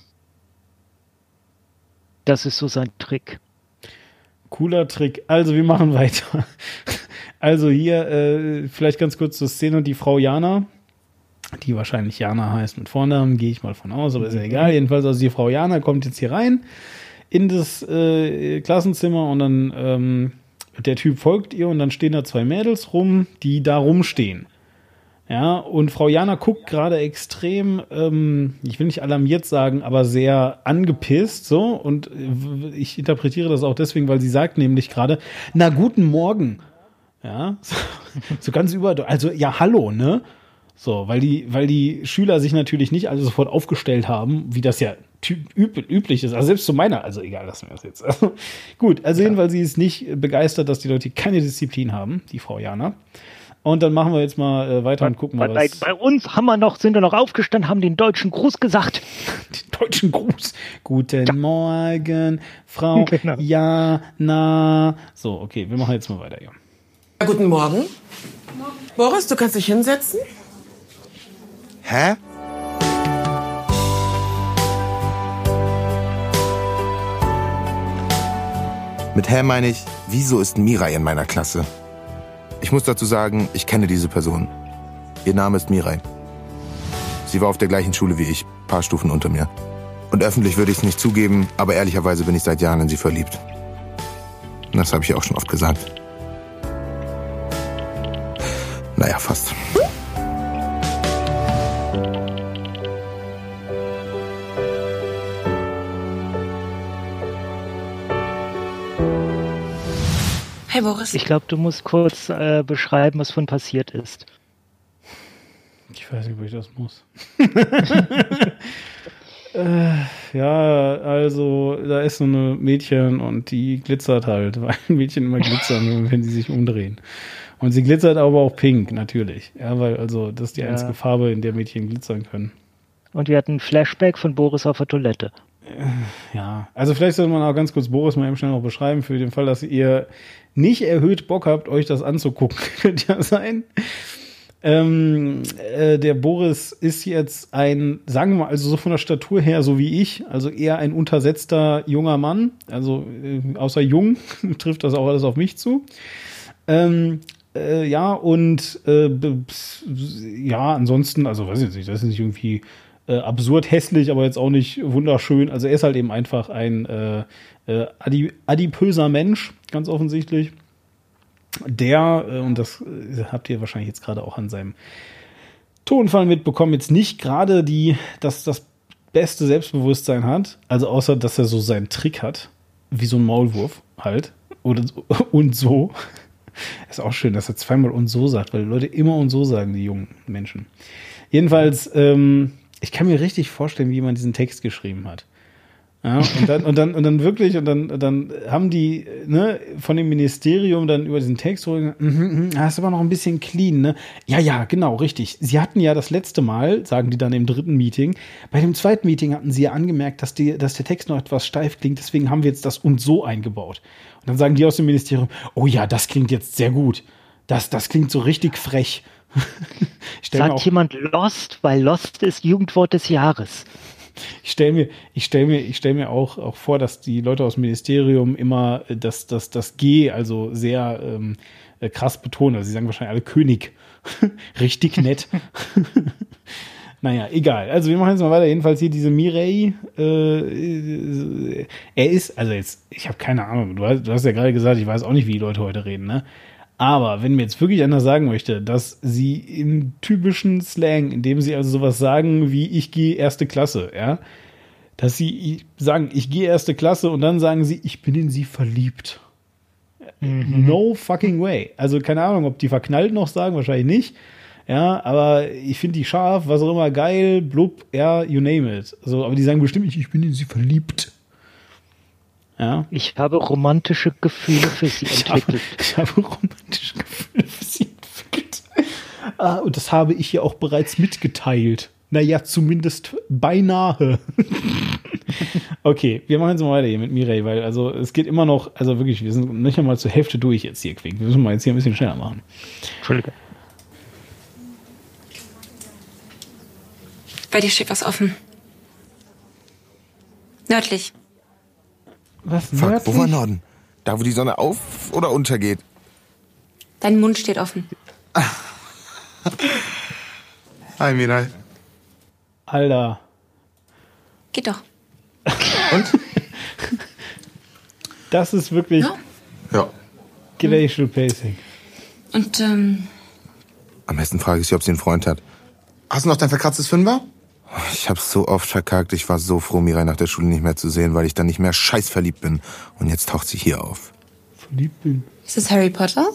Das ist so sein Trick. Cooler Trick. Also wir machen weiter. Also hier äh, vielleicht ganz kurz zur Szene. Die Frau Jana, die wahrscheinlich Jana heißt mit Vornamen, gehe ich mal von aus, aber ist ja egal. Jedenfalls, also die Frau Jana kommt jetzt hier rein in das äh, Klassenzimmer und dann ähm, der Typ folgt ihr und dann stehen da zwei Mädels rum, die da rumstehen. Ja, und Frau Jana guckt gerade extrem, ähm, ich will nicht alarmiert sagen, aber sehr angepisst, so. Und ich interpretiere das auch deswegen, weil sie sagt nämlich gerade, na, guten Morgen. Ja, so, so ganz über, also, ja, hallo, ne? So, weil die, weil die Schüler sich natürlich nicht alle sofort aufgestellt haben, wie das ja typ, üb, üblich ist. Also selbst zu meiner, also egal, lassen wir das jetzt. Also, gut, also ja. Jedenfalls, sie ist nicht begeistert, dass die Leute keine Disziplin haben, die Frau Jana. Und dann machen wir jetzt mal äh, weiter bei, und gucken mal, bei, was... Bei uns haben wir noch, sind wir noch aufgestanden, haben den deutschen Gruß gesagt. Den deutschen Gruß. Guten ja. Morgen, Frau genau. Jana. So, okay, wir machen jetzt mal weiter, ja. Guten Morgen. Morgen. Boris, du kannst dich hinsetzen. Hä? Mit hä meine ich, wieso ist Mirai in meiner Klasse? Ich muss dazu sagen, ich kenne diese Person. Ihr Name ist Mirai. Sie war auf der gleichen Schule wie ich, paar Stufen unter mir. Und öffentlich würde ich es nicht zugeben, aber ehrlicherweise bin ich seit Jahren in sie verliebt. Das habe ich auch schon oft gesagt. Naja, fast. Hey Boris. Ich glaube, du musst kurz äh, beschreiben, was von passiert ist. Ich weiß nicht, ob ich das muss. äh, ja, also da ist so eine Mädchen und die glitzert halt, weil Mädchen immer glitzern, wenn sie sich umdrehen. Und sie glitzert aber auch pink, natürlich. Ja, weil also das ist die einzige ja. Farbe, in der Mädchen glitzern können. Und wir hatten ein Flashback von Boris auf der Toilette. Ja, also vielleicht sollte man auch ganz kurz Boris mal eben schnell noch beschreiben, für den Fall, dass ihr nicht erhöht Bock habt, euch das anzugucken. Könnte ja sein. Ähm, äh, der Boris ist jetzt ein, sagen wir mal, also so von der Statur her, so wie ich, also eher ein untersetzter junger Mann. Also äh, außer jung trifft das auch alles auf mich zu. Ähm, äh, ja, und äh, ja, ansonsten, also weiß ich nicht, das ist nicht irgendwie Äh, absurd hässlich, aber jetzt auch nicht wunderschön. Also er ist halt eben einfach ein äh, äh, adi- adipöser Mensch, ganz offensichtlich. Der, äh, und das äh, habt ihr wahrscheinlich jetzt gerade auch an seinem Tonfall mitbekommen, jetzt nicht gerade die, dass das beste Selbstbewusstsein hat. Also außer, dass er so seinen Trick hat, wie so ein Maulwurf halt. Oder und so. Ist auch schön, dass er zweimal und so sagt, weil die Leute immer und so sagen, die jungen Menschen. Jedenfalls, ähm, ich kann mir richtig vorstellen, wie jemand diesen Text geschrieben hat. Ja, und dann, und dann, und dann wirklich, und dann, dann haben die, ne, von dem Ministerium dann über diesen Text, mm, mm, hast aber noch ein bisschen clean, ne? Ja, ja, genau, richtig. Sie hatten ja das letzte Mal, sagen die dann im dritten Meeting, bei dem zweiten Meeting hatten sie ja angemerkt, dass die, dass der Text noch etwas steif klingt, deswegen haben wir jetzt das und so eingebaut. Und dann sagen die aus dem Ministerium, oh ja, das klingt jetzt sehr gut. Das, das klingt so richtig frech. Sagt auch, jemand Lost, weil Lost ist Jugendwort des Jahres. Ich stelle mir, ich stelle mir, ich stelle mir auch, auch vor, dass die Leute aus dem Ministerium immer das, das, das G also sehr ähm, krass betonen. Also sie sagen wahrscheinlich alle König. Richtig nett. Naja, egal. Also wir machen jetzt mal weiter. Jedenfalls hier diese Mirei. Äh, er ist, also jetzt, ich habe keine Ahnung. Du hast, du hast ja gerade gesagt, ich weiß auch nicht, wie die Leute heute reden, ne? Aber wenn mir jetzt wirklich einer sagen möchte, dass sie im typischen Slang, indem sie also sowas sagen wie ich gehe erste Klasse, ja, dass sie sagen, ich gehe erste Klasse und dann sagen sie, ich bin in sie verliebt. Mhm. No fucking way. Also keine Ahnung, ob die verknallt noch sagen, wahrscheinlich nicht. Ja, aber ich finde die scharf, was auch immer, geil, blub, ja, you name it. So, aber die sagen bestimmt nicht, ich bin in sie verliebt. Ja. Ich habe romantische Gefühle für sie entwickelt. Ich habe, ich habe romantische Gefühle für sie entwickelt. Ah, und das habe ich ja auch bereits mitgeteilt. Naja, zumindest beinahe. Okay, wir machen jetzt mal weiter hier mit Mirei, weil also es geht immer noch, also wirklich, wir sind nicht einmal zur Hälfte durch jetzt hier, Quick. Wir müssen mal jetzt hier ein bisschen schneller machen. Entschuldige. Bei dir steht was offen. Nördlich. Was, Fuck, nördlich? wo war Norden? Da, wo die Sonne auf- oder untergeht? Dein Mund steht offen. Hi, Mirai. Alter. Geht doch. Und? Das ist wirklich Ja. Ja. Glacial Pacing. Und, ähm, Am besten frage ich sie, ob sie einen Freund hat. Hast du noch dein verkratztes Fünfer? Ich hab's so oft verkackt. Ich war so froh, Mirai nach der Schule nicht mehr zu sehen, weil ich dann nicht mehr scheißverliebt bin. Und jetzt taucht sie hier auf. Verliebt bin. ist das Harry Potter?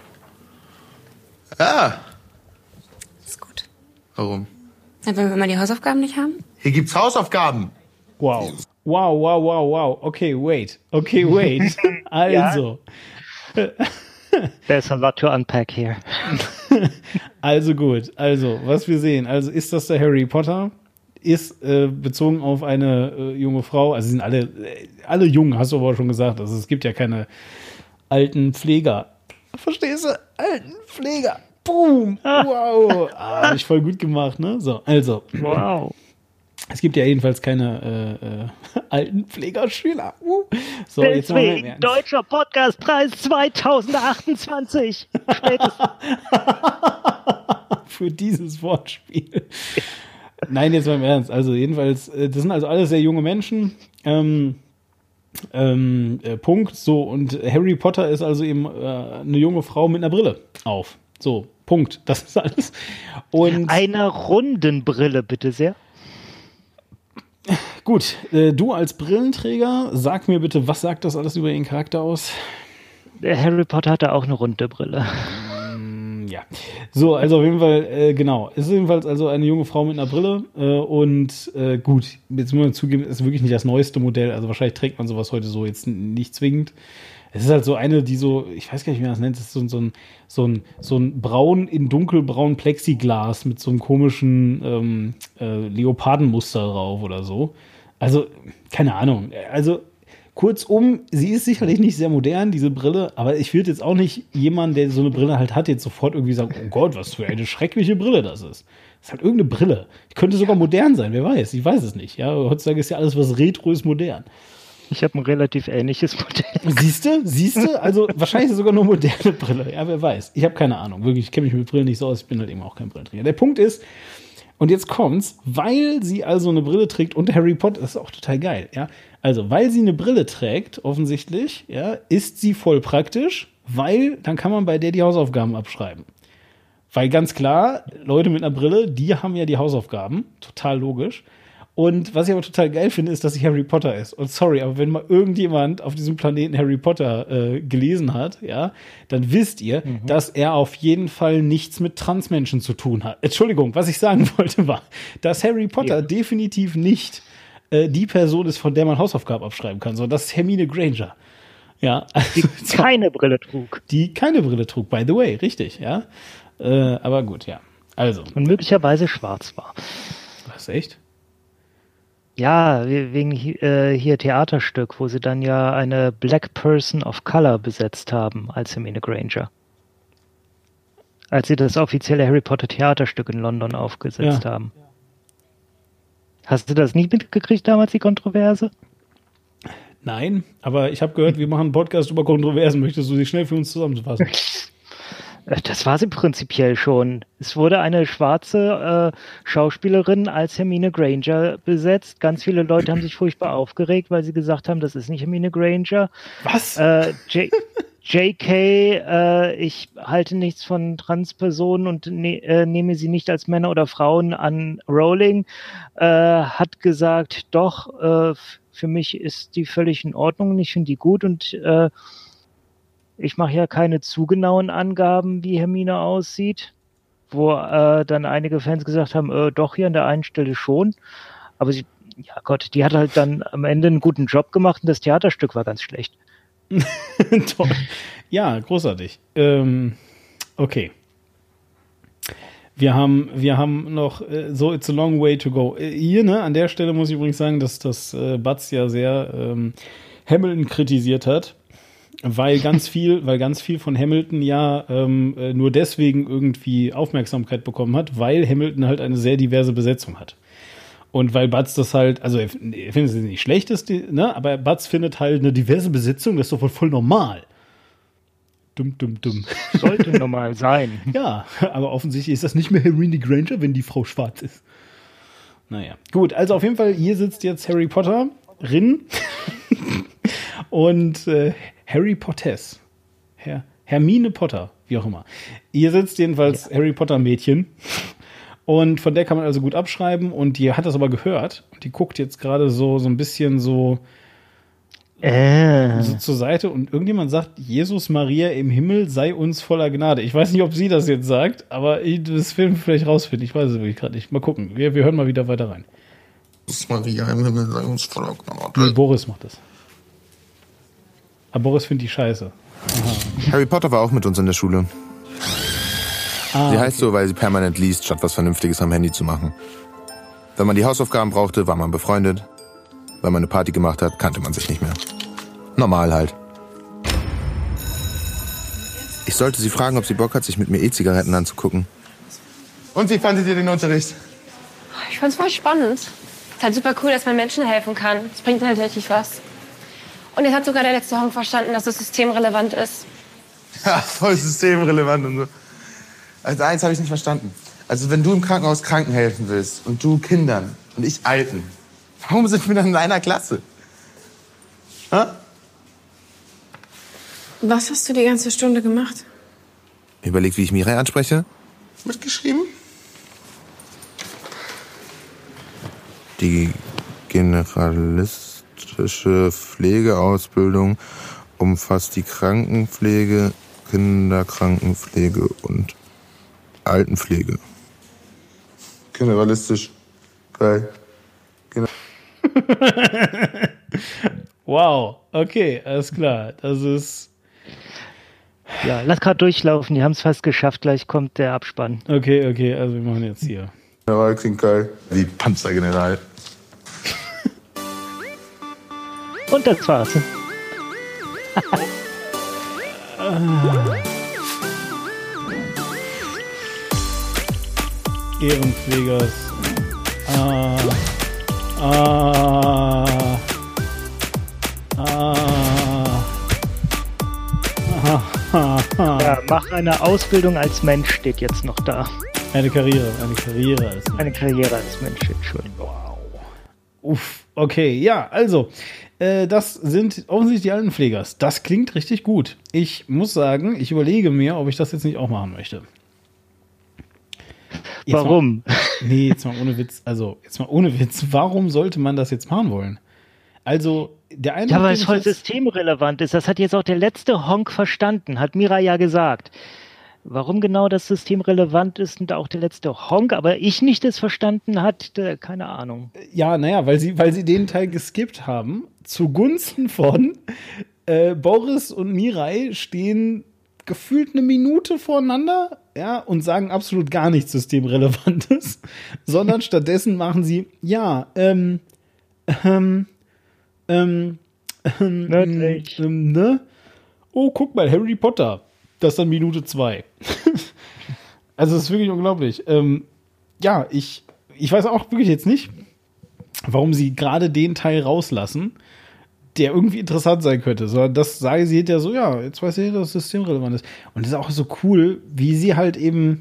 Ja. Ist gut. Warum? Na, wenn wir mal die Hausaufgaben nicht haben? Hier gibt's Hausaufgaben. Wow. Wow, wow, wow, wow. Okay, wait. Okay, wait. Also. There's a lot to unpack here. Also gut. Also, was wir sehen. Also, ist das der Harry Potter? Ist äh, bezogen auf eine äh, junge Frau. Also, sie sind alle, äh, alle jung, hast du aber schon gesagt. Also, es gibt ja keine alten Pfleger. Verstehst du? Alten Pfleger. Boom. Wow. Ah, hab ich voll gut gemacht, ne? So, also. Wow. Es gibt ja jedenfalls keine äh, äh, Altenpflegerschüler. Uh. So, jetzt mal Deswegen mehr. Deutscher Podcastpreis zwanzig achtundzwanzig. Spätestens. Für dieses Wortspiel. Nein, jetzt mal im Ernst. Also jedenfalls, äh, das sind also alles sehr junge Menschen. Ähm, ähm, äh, Punkt. So, und Harry Potter ist also eben äh, eine junge Frau mit einer Brille auf. So, Punkt. Das ist alles. Und Einer runden Brille, bitte sehr. gut, äh, du als Brillenträger, sag mir bitte, was sagt das alles über ihren Charakter aus? Der Harry Potter hatte auch eine runde Brille. Ja, so, also auf jeden Fall, äh, genau. Es ist jedenfalls also eine junge Frau mit einer Brille äh, und äh, gut, jetzt muss man zugeben, ist wirklich nicht das neueste Modell, also wahrscheinlich trägt man sowas heute so jetzt nicht zwingend. Es ist halt so eine, die so, ich weiß gar nicht, wie man das nennt, es ist so, so, ein, so, ein, so ein braun in dunkelbraun Plexiglas mit so einem komischen ähm, äh, Leopardenmuster drauf oder so. Also, keine Ahnung. Also, kurzum, sie ist sicherlich nicht sehr modern, diese Brille, aber ich würde jetzt auch nicht jemanden, der so eine Brille halt hat, jetzt sofort irgendwie sagen, oh Gott, was für eine schreckliche Brille das ist. Das ist halt irgendeine Brille. Die könnte sogar modern sein, wer weiß, ich weiß es nicht. Ja, heutzutage ist ja alles, was retro ist, modern. Ich habe ein relativ ähnliches Modell. Siehst du? Siehst du? Also wahrscheinlich sogar nur moderne Brille. Ja, wer weiß. Ich habe keine Ahnung. Wirklich, ich kenne mich mit Brillen nicht so aus. Ich bin halt eben auch kein Brillenträger. Der Punkt ist, und jetzt kommt's, weil sie also eine Brille trägt und Harry Potter, das ist auch total geil, ja. Also, weil sie eine Brille trägt, offensichtlich, ja, ist sie voll praktisch, weil dann kann man bei der die Hausaufgaben abschreiben. Weil ganz klar, Leute mit einer Brille, die haben ja die Hausaufgaben. Total logisch. Und was ich aber total geil finde, ist, dass sie Harry Potter ist. Und sorry, aber wenn mal irgendjemand auf diesem Planeten Harry Potter äh, gelesen hat, ja, dann wisst ihr, mhm. dass er auf jeden Fall nichts mit Transmenschen zu tun hat. Entschuldigung, was ich sagen wollte war, dass Harry Potter ja. definitiv nicht äh, äh, die Person ist, von der man Hausaufgaben abschreiben kann. So, das ist Hermine Granger. Ja, also, Die keine Brille trug. Die keine Brille trug, by the way, richtig, ja. Äh, aber gut, ja. Also. Und möglicherweise schwarz war. Was, echt? Ja, wegen äh, hier Theaterstück, wo sie dann ja eine Black Person of Color besetzt haben als Hermine Granger. Als sie das offizielle Harry Potter Theaterstück in London aufgesetzt Ja. haben. Hast du das nicht mitgekriegt damals, die Kontroverse? Nein, aber ich habe gehört, wir machen einen Podcast über Kontroversen. Möchtest du sie schnell für uns zusammenfassen? Das war sie prinzipiell schon. Es wurde eine schwarze äh, Schauspielerin als Hermine Granger besetzt. Ganz viele Leute haben sich furchtbar aufgeregt, weil sie gesagt haben, das ist nicht Hermine Granger. Was? Äh, J- J K, äh, ich halte nichts von Transpersonen und ne, äh, nehme sie nicht als Männer oder Frauen an. Rowling äh, hat gesagt, doch, äh, f- für mich ist die völlig in Ordnung und ich finde die gut und äh, ich mache ja keine zu genauen Angaben, wie Hermine aussieht, wo äh, dann einige Fans gesagt haben, äh, doch hier an der einen Stelle schon, aber sie, ja Gott, die hat halt dann am Ende einen guten Job gemacht und das Theaterstück war ganz schlecht. Toll. Ja, großartig. Ähm, okay. Wir haben, wir haben noch äh, so It's a long way to go. Äh, hier, ne, an der Stelle muss ich übrigens sagen, dass das äh, Batz ja sehr ähm, Hamilton kritisiert hat, weil ganz viel, weil ganz viel von Hamilton ja ähm, äh, nur deswegen irgendwie Aufmerksamkeit bekommen hat, weil Hamilton halt eine sehr diverse Besetzung hat. Und weil Batz das halt, also er, er findet es nicht schlecht, ist die, ne, aber Batz findet halt eine diverse Besetzung, das ist doch wohl voll normal. Dumm, dumm, dumm. Sollte normal sein. Ja, aber offensichtlich ist das nicht mehr Hermine Granger, wenn die Frau schwarz ist. Naja, gut, also auf jeden Fall, hier sitzt jetzt Harry Potter rin und äh, Harry Potters. Her Hermine Potter, wie auch immer. Hier sitzt jedenfalls ja. Harry Potter Mädchen und von der kann man also gut abschreiben und die hat das aber gehört und die guckt jetzt gerade so, so ein bisschen so Äh. so zur Seite und irgendjemand sagt, Jesus Maria im Himmel sei uns voller Gnade. Ich weiß nicht, ob sie das jetzt sagt, aber ich das will vielleicht rausfinden. Ich weiß es wirklich gerade nicht. Mal gucken. Wir, wir hören mal wieder weiter rein. Jesus Maria im Himmel sei uns voller Gnade. Nee, Boris macht das. Aber Boris findet die scheiße. Aha. Harry Potter war auch mit uns in der Schule. Ah, Sie heißt so, weil sie permanent liest, statt was Vernünftiges am Handy zu machen. Wenn man die Hausaufgaben brauchte, war man befreundet. Wenn man eine Party gemacht hat, kannte man sich nicht mehr. Normal halt. Ich sollte sie fragen, ob sie Bock hat, sich mit mir E-Zigaretten anzugucken. Und wie fandet ihr den Unterricht? Ich fand's voll spannend. Es ist halt super cool, dass man Menschen helfen kann. Es bringt halt wirklich was. Und jetzt hat sogar der letzte Honk verstanden, dass das systemrelevant ist. Ja, voll systemrelevant und so. Also eins habe ich nicht verstanden. Also wenn du im Krankenhaus Kranken helfen willst und du Kindern und ich Alten, warum sind wir dann in einer Klasse? Ha? Was hast du die ganze Stunde gemacht? Überlegt, wie ich Mirai anspreche? Mitgeschrieben? Die generalistische Pflegeausbildung umfasst die Krankenpflege, Kinderkrankenpflege und Altenpflege. Generalistisch. Geil. Gener Wow, okay, alles klar. Das ist. Ja, lass gerade durchlaufen, die haben es fast geschafft, gleich kommt der Abspann. Okay, okay, also wir machen jetzt hier. General klingt geil. Wie Panzergeneral. Und das war's. Ehrenpflegers. Ah. Ah. Ah. Ah. Ja, mach eine Ausbildung als Mensch steht jetzt noch da. Eine Karriere, eine Karriere als Eine Karriere als Mensch steht schon. Wow. Uff, okay, ja, also, äh, das sind offensichtlich die Altenpflegers. Das klingt richtig gut. Ich muss sagen, ich überlege mir, ob ich das jetzt nicht auch machen möchte. Jetzt Warum? Mal, nee, jetzt mal ohne Witz. Also, jetzt mal ohne Witz. Warum sollte man das jetzt machen wollen? Also, der eine. Ja, weil es voll systemrelevant ist. Das hat jetzt auch der letzte Honk verstanden, hat Mira ja gesagt. Warum genau das System relevant ist und auch der letzte Honk, aber ich nicht das verstanden hat, der, keine Ahnung. Ja, naja, weil sie, weil sie den Teil geskippt haben, zugunsten von äh, Boris und Mirai stehen gefühlt eine Minute voreinander, ja, und sagen absolut gar nichts Systemrelevantes, sondern stattdessen machen sie, ja, ähm, ähm, ähm, ähm, ähm, ne? Oh, guck mal, Harry Potter. Das ist dann Minute zwei. Also, es ist wirklich unglaublich. Ähm, ja, ich, ich weiß auch wirklich jetzt nicht, warum sie gerade den Teil rauslassen, der irgendwie interessant sein könnte. Sondern das sage sie ja so, ja, jetzt weiß ich, dass das System relevant ist. Und das ist auch so cool, wie sie halt eben,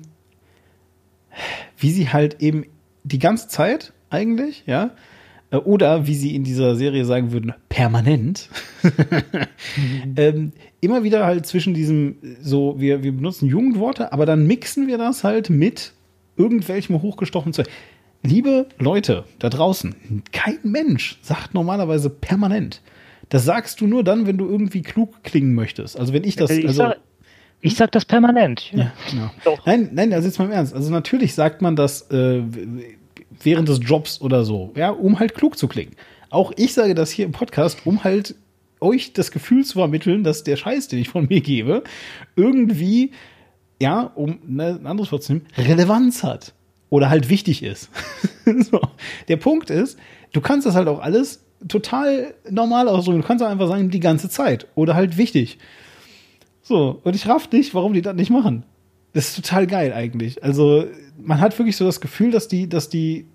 wie sie halt eben die ganze Zeit eigentlich, ja, oder wie sie in dieser Serie sagen würden, permanent, mhm. ähm, immer wieder halt zwischen diesem, so, wir, wir benutzen Jugendworte, aber dann mixen wir das halt mit irgendwelchem hochgestochenen Zeug. Liebe Leute da draußen, kein Mensch sagt normalerweise permanent. Das sagst du nur dann, wenn du irgendwie klug klingen möchtest. Also wenn ich das, ich also sag, ich sag das permanent. Ja, genau. Nein, nein, also jetzt mal im Ernst. Also natürlich sagt man das äh, während des Jobs oder so, ja, um halt klug zu klingen. Auch ich sage das hier im Podcast, um halt euch das Gefühl zu vermitteln, dass der Scheiß, den ich von mir gebe, irgendwie, ja, um ne, ein anderes Wort zu nehmen, Relevanz hat oder halt wichtig ist. So. Der Punkt ist, du kannst das halt auch alles total normal ausdrücken. Du kannst auch einfach sagen, die ganze Zeit oder halt wichtig. So, und ich raff nicht, warum die das nicht machen. Das ist total geil eigentlich. Also, man hat wirklich so das Gefühl, dass die, dass die,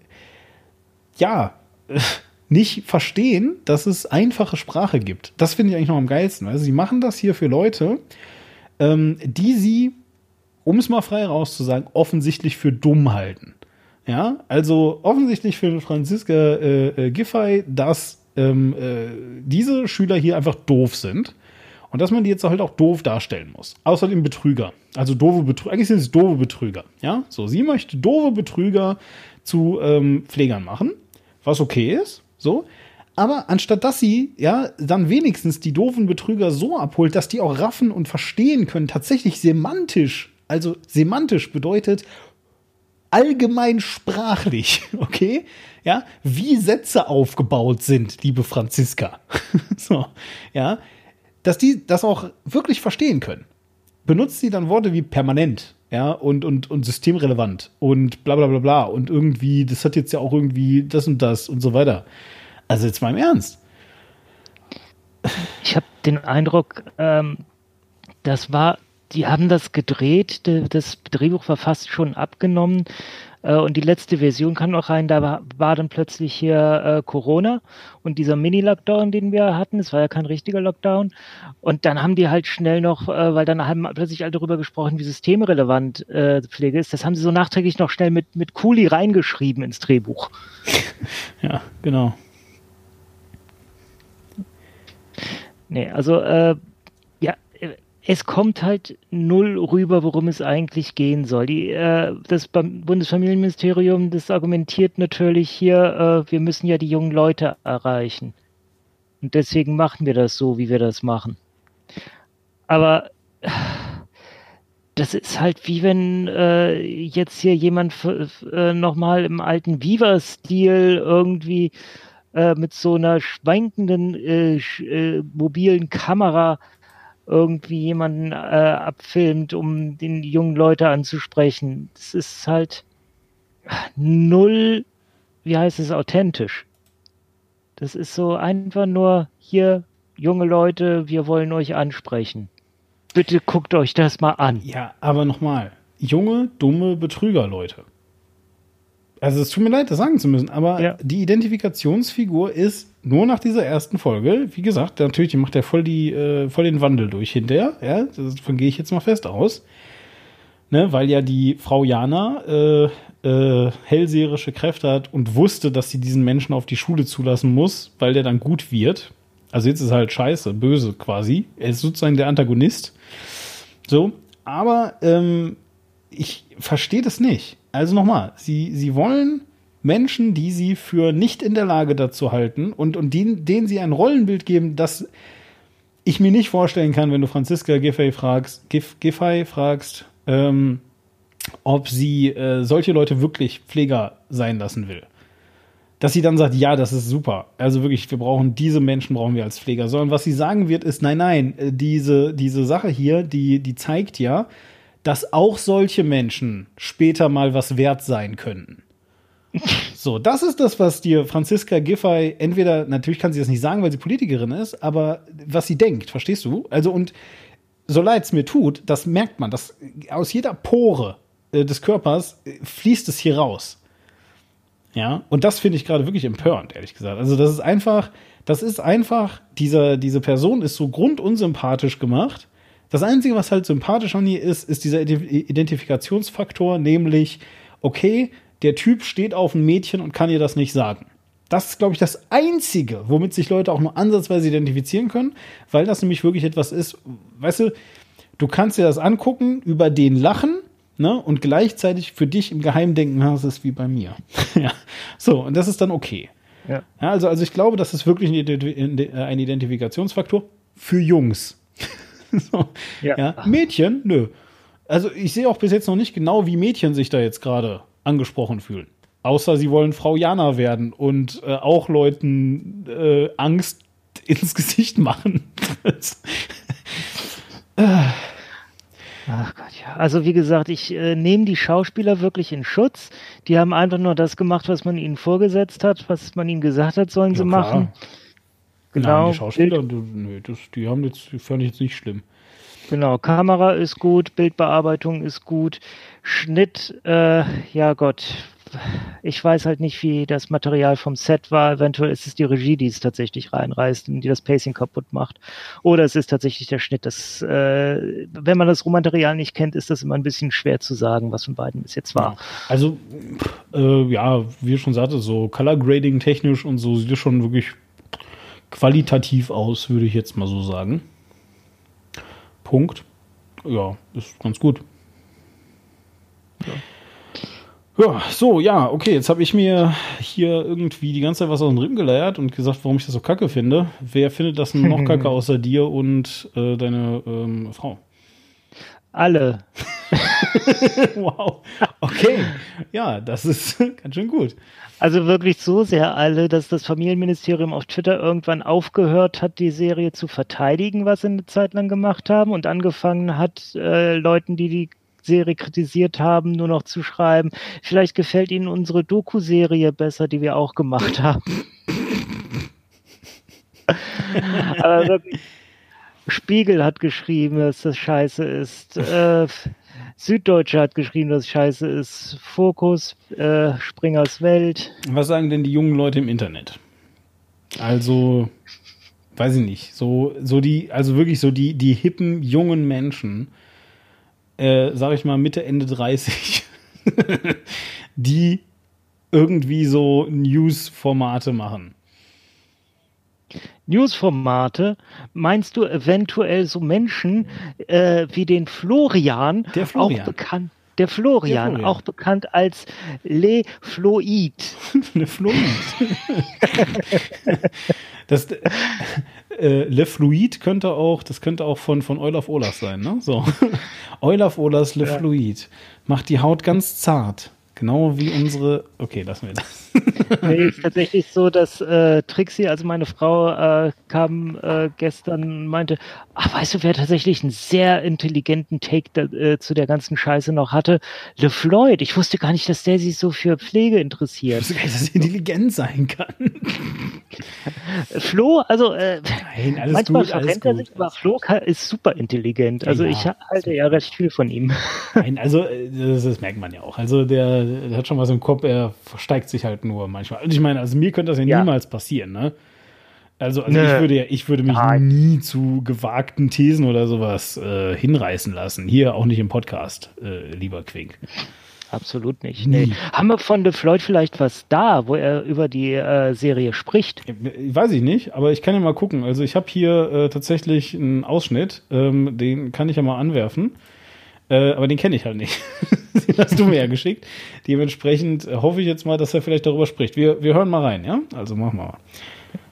ja, nicht verstehen, dass es einfache Sprache gibt. Das finde ich eigentlich noch am geilsten. Also, sie machen das hier für Leute, ähm, die sie, um es mal frei rauszusagen, offensichtlich für dumm halten. Ja, also offensichtlich für Franziska äh, äh, Giffey, dass ähm, äh, diese Schüler hier einfach doof sind. Und dass man die jetzt halt auch doof darstellen muss. Außerdem Betrüger. Also doofe Betrüger. Eigentlich sind es doofe Betrüger. Ja, so. Sie möchte doofe Betrüger zu ähm, Pflegern machen. Was okay ist. So. Aber anstatt dass sie, ja, dann wenigstens die doofen Betrüger so abholt, dass die auch raffen und verstehen können, tatsächlich semantisch. Also semantisch bedeutet allgemein sprachlich. Okay? Ja. Wie Sätze aufgebaut sind, liebe Franziska. So. Ja. Dass die das auch wirklich verstehen können. Benutzt sie dann Worte wie permanent, ja, und, und, und systemrelevant und bla bla bla bla und irgendwie, das hat jetzt ja auch irgendwie das und das und so weiter. Also jetzt mal im Ernst. Ich habe den Eindruck, ähm, das war, die haben das gedreht, das Drehbuch war fast schon abgenommen, äh, und die letzte Version kam noch rein, da war, war dann plötzlich hier äh, Corona und dieser Mini-Lockdown, den wir hatten, es war ja kein richtiger Lockdown, und dann haben die halt schnell noch, äh, weil dann haben plötzlich alle darüber gesprochen, wie systemrelevant äh, Pflege ist, das haben sie so nachträglich noch schnell mit, mit Kuli reingeschrieben ins Drehbuch. Ja, genau. Nee, also äh, ja, es kommt halt null rüber, worum es eigentlich gehen soll. Die, äh, das Bundesfamilienministerium, das argumentiert natürlich hier, äh, wir müssen ja die jungen Leute erreichen. Und deswegen machen wir das so, wie wir das machen. Aber das ist halt wie wenn äh, jetzt hier jemand äh, nochmal im alten Viva-Stil irgendwie äh, mit so einer schwankenden äh, sch, äh, mobilen Kamera irgendwie jemanden äh, abfilmt, um den jungen Leute anzusprechen. Das ist halt null, wie heißt es, authentisch. Das ist so einfach nur, hier, junge Leute, wir wollen euch ansprechen. Bitte guckt euch das mal an. Ja, aber nochmal, junge, dumme Betrüger-Leute. Also es tut mir leid, das sagen zu müssen, aber ja. Die Identifikationsfigur ist nur nach dieser ersten Folge, wie gesagt, natürlich, die macht ja voll, die, äh, voll den Wandel durch hinterher, ja, davon gehe ich jetzt mal fest aus, ne, weil ja die Frau Jana äh, äh, hellseherische Kräfte hat und wusste, dass sie diesen Menschen auf die Schule zulassen muss, weil der dann gut wird. Also jetzt ist halt scheiße, böse quasi. Er ist sozusagen der Antagonist. So, aber ähm, ich verstehe das nicht. Also nochmal, sie, sie wollen Menschen, die sie für nicht in der Lage dazu halten und, und denen, denen sie ein Rollenbild geben, das ich mir nicht vorstellen kann, wenn du Franziska Giffey fragst, Giff, Giffey fragst, ähm, ob sie äh, solche Leute wirklich Pfleger sein lassen will. Dass sie dann sagt, ja, das ist super. Also wirklich, wir brauchen diese Menschen, brauchen wir als Pfleger. Sondern was sie sagen wird, ist, nein, nein, diese, diese Sache hier, die, die zeigt ja, dass auch solche Menschen später mal was wert sein könnten. So, das ist das, was dir Franziska Giffey entweder, natürlich kann sie das nicht sagen, weil sie Politikerin ist, aber was sie denkt, verstehst du? Also, und so leid es mir tut, das merkt man, dass aus jeder Pore äh, des Körpers äh, fließt es hier raus. Ja, und das finde ich gerade wirklich empörend, ehrlich gesagt. Also, das ist einfach, das ist einfach, dieser, diese Person ist so grundunsympathisch gemacht. Das Einzige, was halt sympathisch an ihr ist, ist dieser Identifikationsfaktor, nämlich, okay, der Typ steht auf ein Mädchen und kann ihr das nicht sagen. Das ist, glaube ich, das Einzige, womit sich Leute auch nur ansatzweise identifizieren können, weil das nämlich wirklich etwas ist, weißt du, du kannst dir das angucken, über den lachen, ne, und gleichzeitig für dich im Geheimen denken, das ist wie bei mir. Ja, so, und das ist dann okay. Ja. Ja, also, also ich glaube, das ist wirklich ein Identifikationsfaktor für Jungs. So, ja. Ja. Mädchen, nö. Also ich sehe auch bis jetzt noch nicht genau, wie Mädchen sich da jetzt gerade angesprochen fühlen. Außer sie wollen Frau Jana werden und äh, auch Leuten äh, Angst ins Gesicht machen. Ach Gott, ja. Also wie gesagt, ich äh, nehme die Schauspieler wirklich in Schutz. Die haben einfach nur das gemacht, was man ihnen vorgesetzt hat, was man ihnen gesagt hat, sollen sie ja, machen. Genau. Nein, die Schauspieler, die, nö, das, die haben jetzt, die fand ich jetzt nicht schlimm. Genau, Kamera ist gut, Bildbearbeitung ist gut, Schnitt, äh, ja Gott, ich weiß halt nicht, wie das Material vom Set war. Eventuell ist es die Regie, die es tatsächlich reinreißt und die das Pacing kaputt macht. Oder es ist tatsächlich der Schnitt. Das, äh, wenn man das Rohmaterial nicht kennt, ist das immer ein bisschen schwer zu sagen, was von beiden bis jetzt war. Ja. Also, äh, ja, wie ich schon sagte, so Color Grading technisch und so sieht es schon wirklich qualitativ aus, würde ich jetzt mal so sagen. Punkt. Ja, ist ganz gut. Ja. Ja, so, ja, okay, jetzt habe ich mir hier irgendwie die ganze Zeit was aus dem Rippen geleiert und gesagt, warum ich das so kacke finde. Wer findet das noch kacke außer dir und äh, deine ähm, Frau? Alle. Wow. Okay. Ja, das ist ganz schön gut. Also wirklich so sehr alle, dass das Familienministerium auf Twitter irgendwann aufgehört hat, die Serie zu verteidigen, was sie eine Zeit lang gemacht haben, und angefangen hat, äh, Leuten, die die Serie kritisiert haben, nur noch zu schreiben, vielleicht gefällt Ihnen unsere Doku-Serie besser, die wir auch gemacht haben. Aber wirklich, Spiegel hat geschrieben, dass das scheiße ist. Äh, Süddeutsche hat geschrieben, dass es scheiße ist. Fokus, äh, Springers Welt. Was sagen denn die jungen Leute im Internet? Also, weiß ich nicht. So, so die, also wirklich so die, die hippen, jungen Menschen, äh, sag ich mal Mitte, Ende dreißig, die irgendwie so News-Formate machen. Newsformate, meinst du eventuell so Menschen äh, wie den Florian, der Florian. auch bekannt, der Florian, der Florian, auch bekannt als Le Floid. Le Floid. Das äh, Le Fluid könnte auch, das könnte auch von von Olaf Olas sein, ne? So. Olaf Olas Le ja. Fluid macht die Haut ganz zart. Genau wie unsere. Okay, lassen wir das. Nee, ist tatsächlich so, dass äh, Trixie, also meine Frau, äh, kam äh, gestern und meinte, ach, weißt du, wer tatsächlich einen sehr intelligenten Take da, äh, zu der ganzen Scheiße noch hatte? Le Floid. Ich wusste gar nicht, dass der sich so für Pflege interessiert. Ich wusste gar nicht, dass er intelligent sein kann. Flo, also äh, Nein, alles manchmal gut, alles verrennt er gut. sich, aber Flo ist super intelligent. Also ja, ich halte ja recht viel von ihm. Nein, also das, das merkt man ja auch. Also der, der hat schon was im Kopf, er versteigt sich halt nur manchmal. Und ich meine, also mir könnte das ja, ja. niemals passieren, ne? Also, also ich würde ja, ich würde mich Nein. nie zu gewagten Thesen oder sowas äh, hinreißen lassen. Hier auch nicht im Podcast, äh, lieber Quink. Absolut nicht. Nee. Haben wir von Le Floid vielleicht was da, wo er über die äh, Serie spricht? Weiß ich nicht, aber ich kann ja mal gucken. Also ich habe hier äh, tatsächlich einen Ausschnitt, ähm, den kann ich ja mal anwerfen, äh, aber den kenne ich halt nicht. Den hast du mir ja geschickt. Dementsprechend hoffe ich jetzt mal, dass er vielleicht darüber spricht. Wir, wir hören mal rein, ja? Also machen wir mal.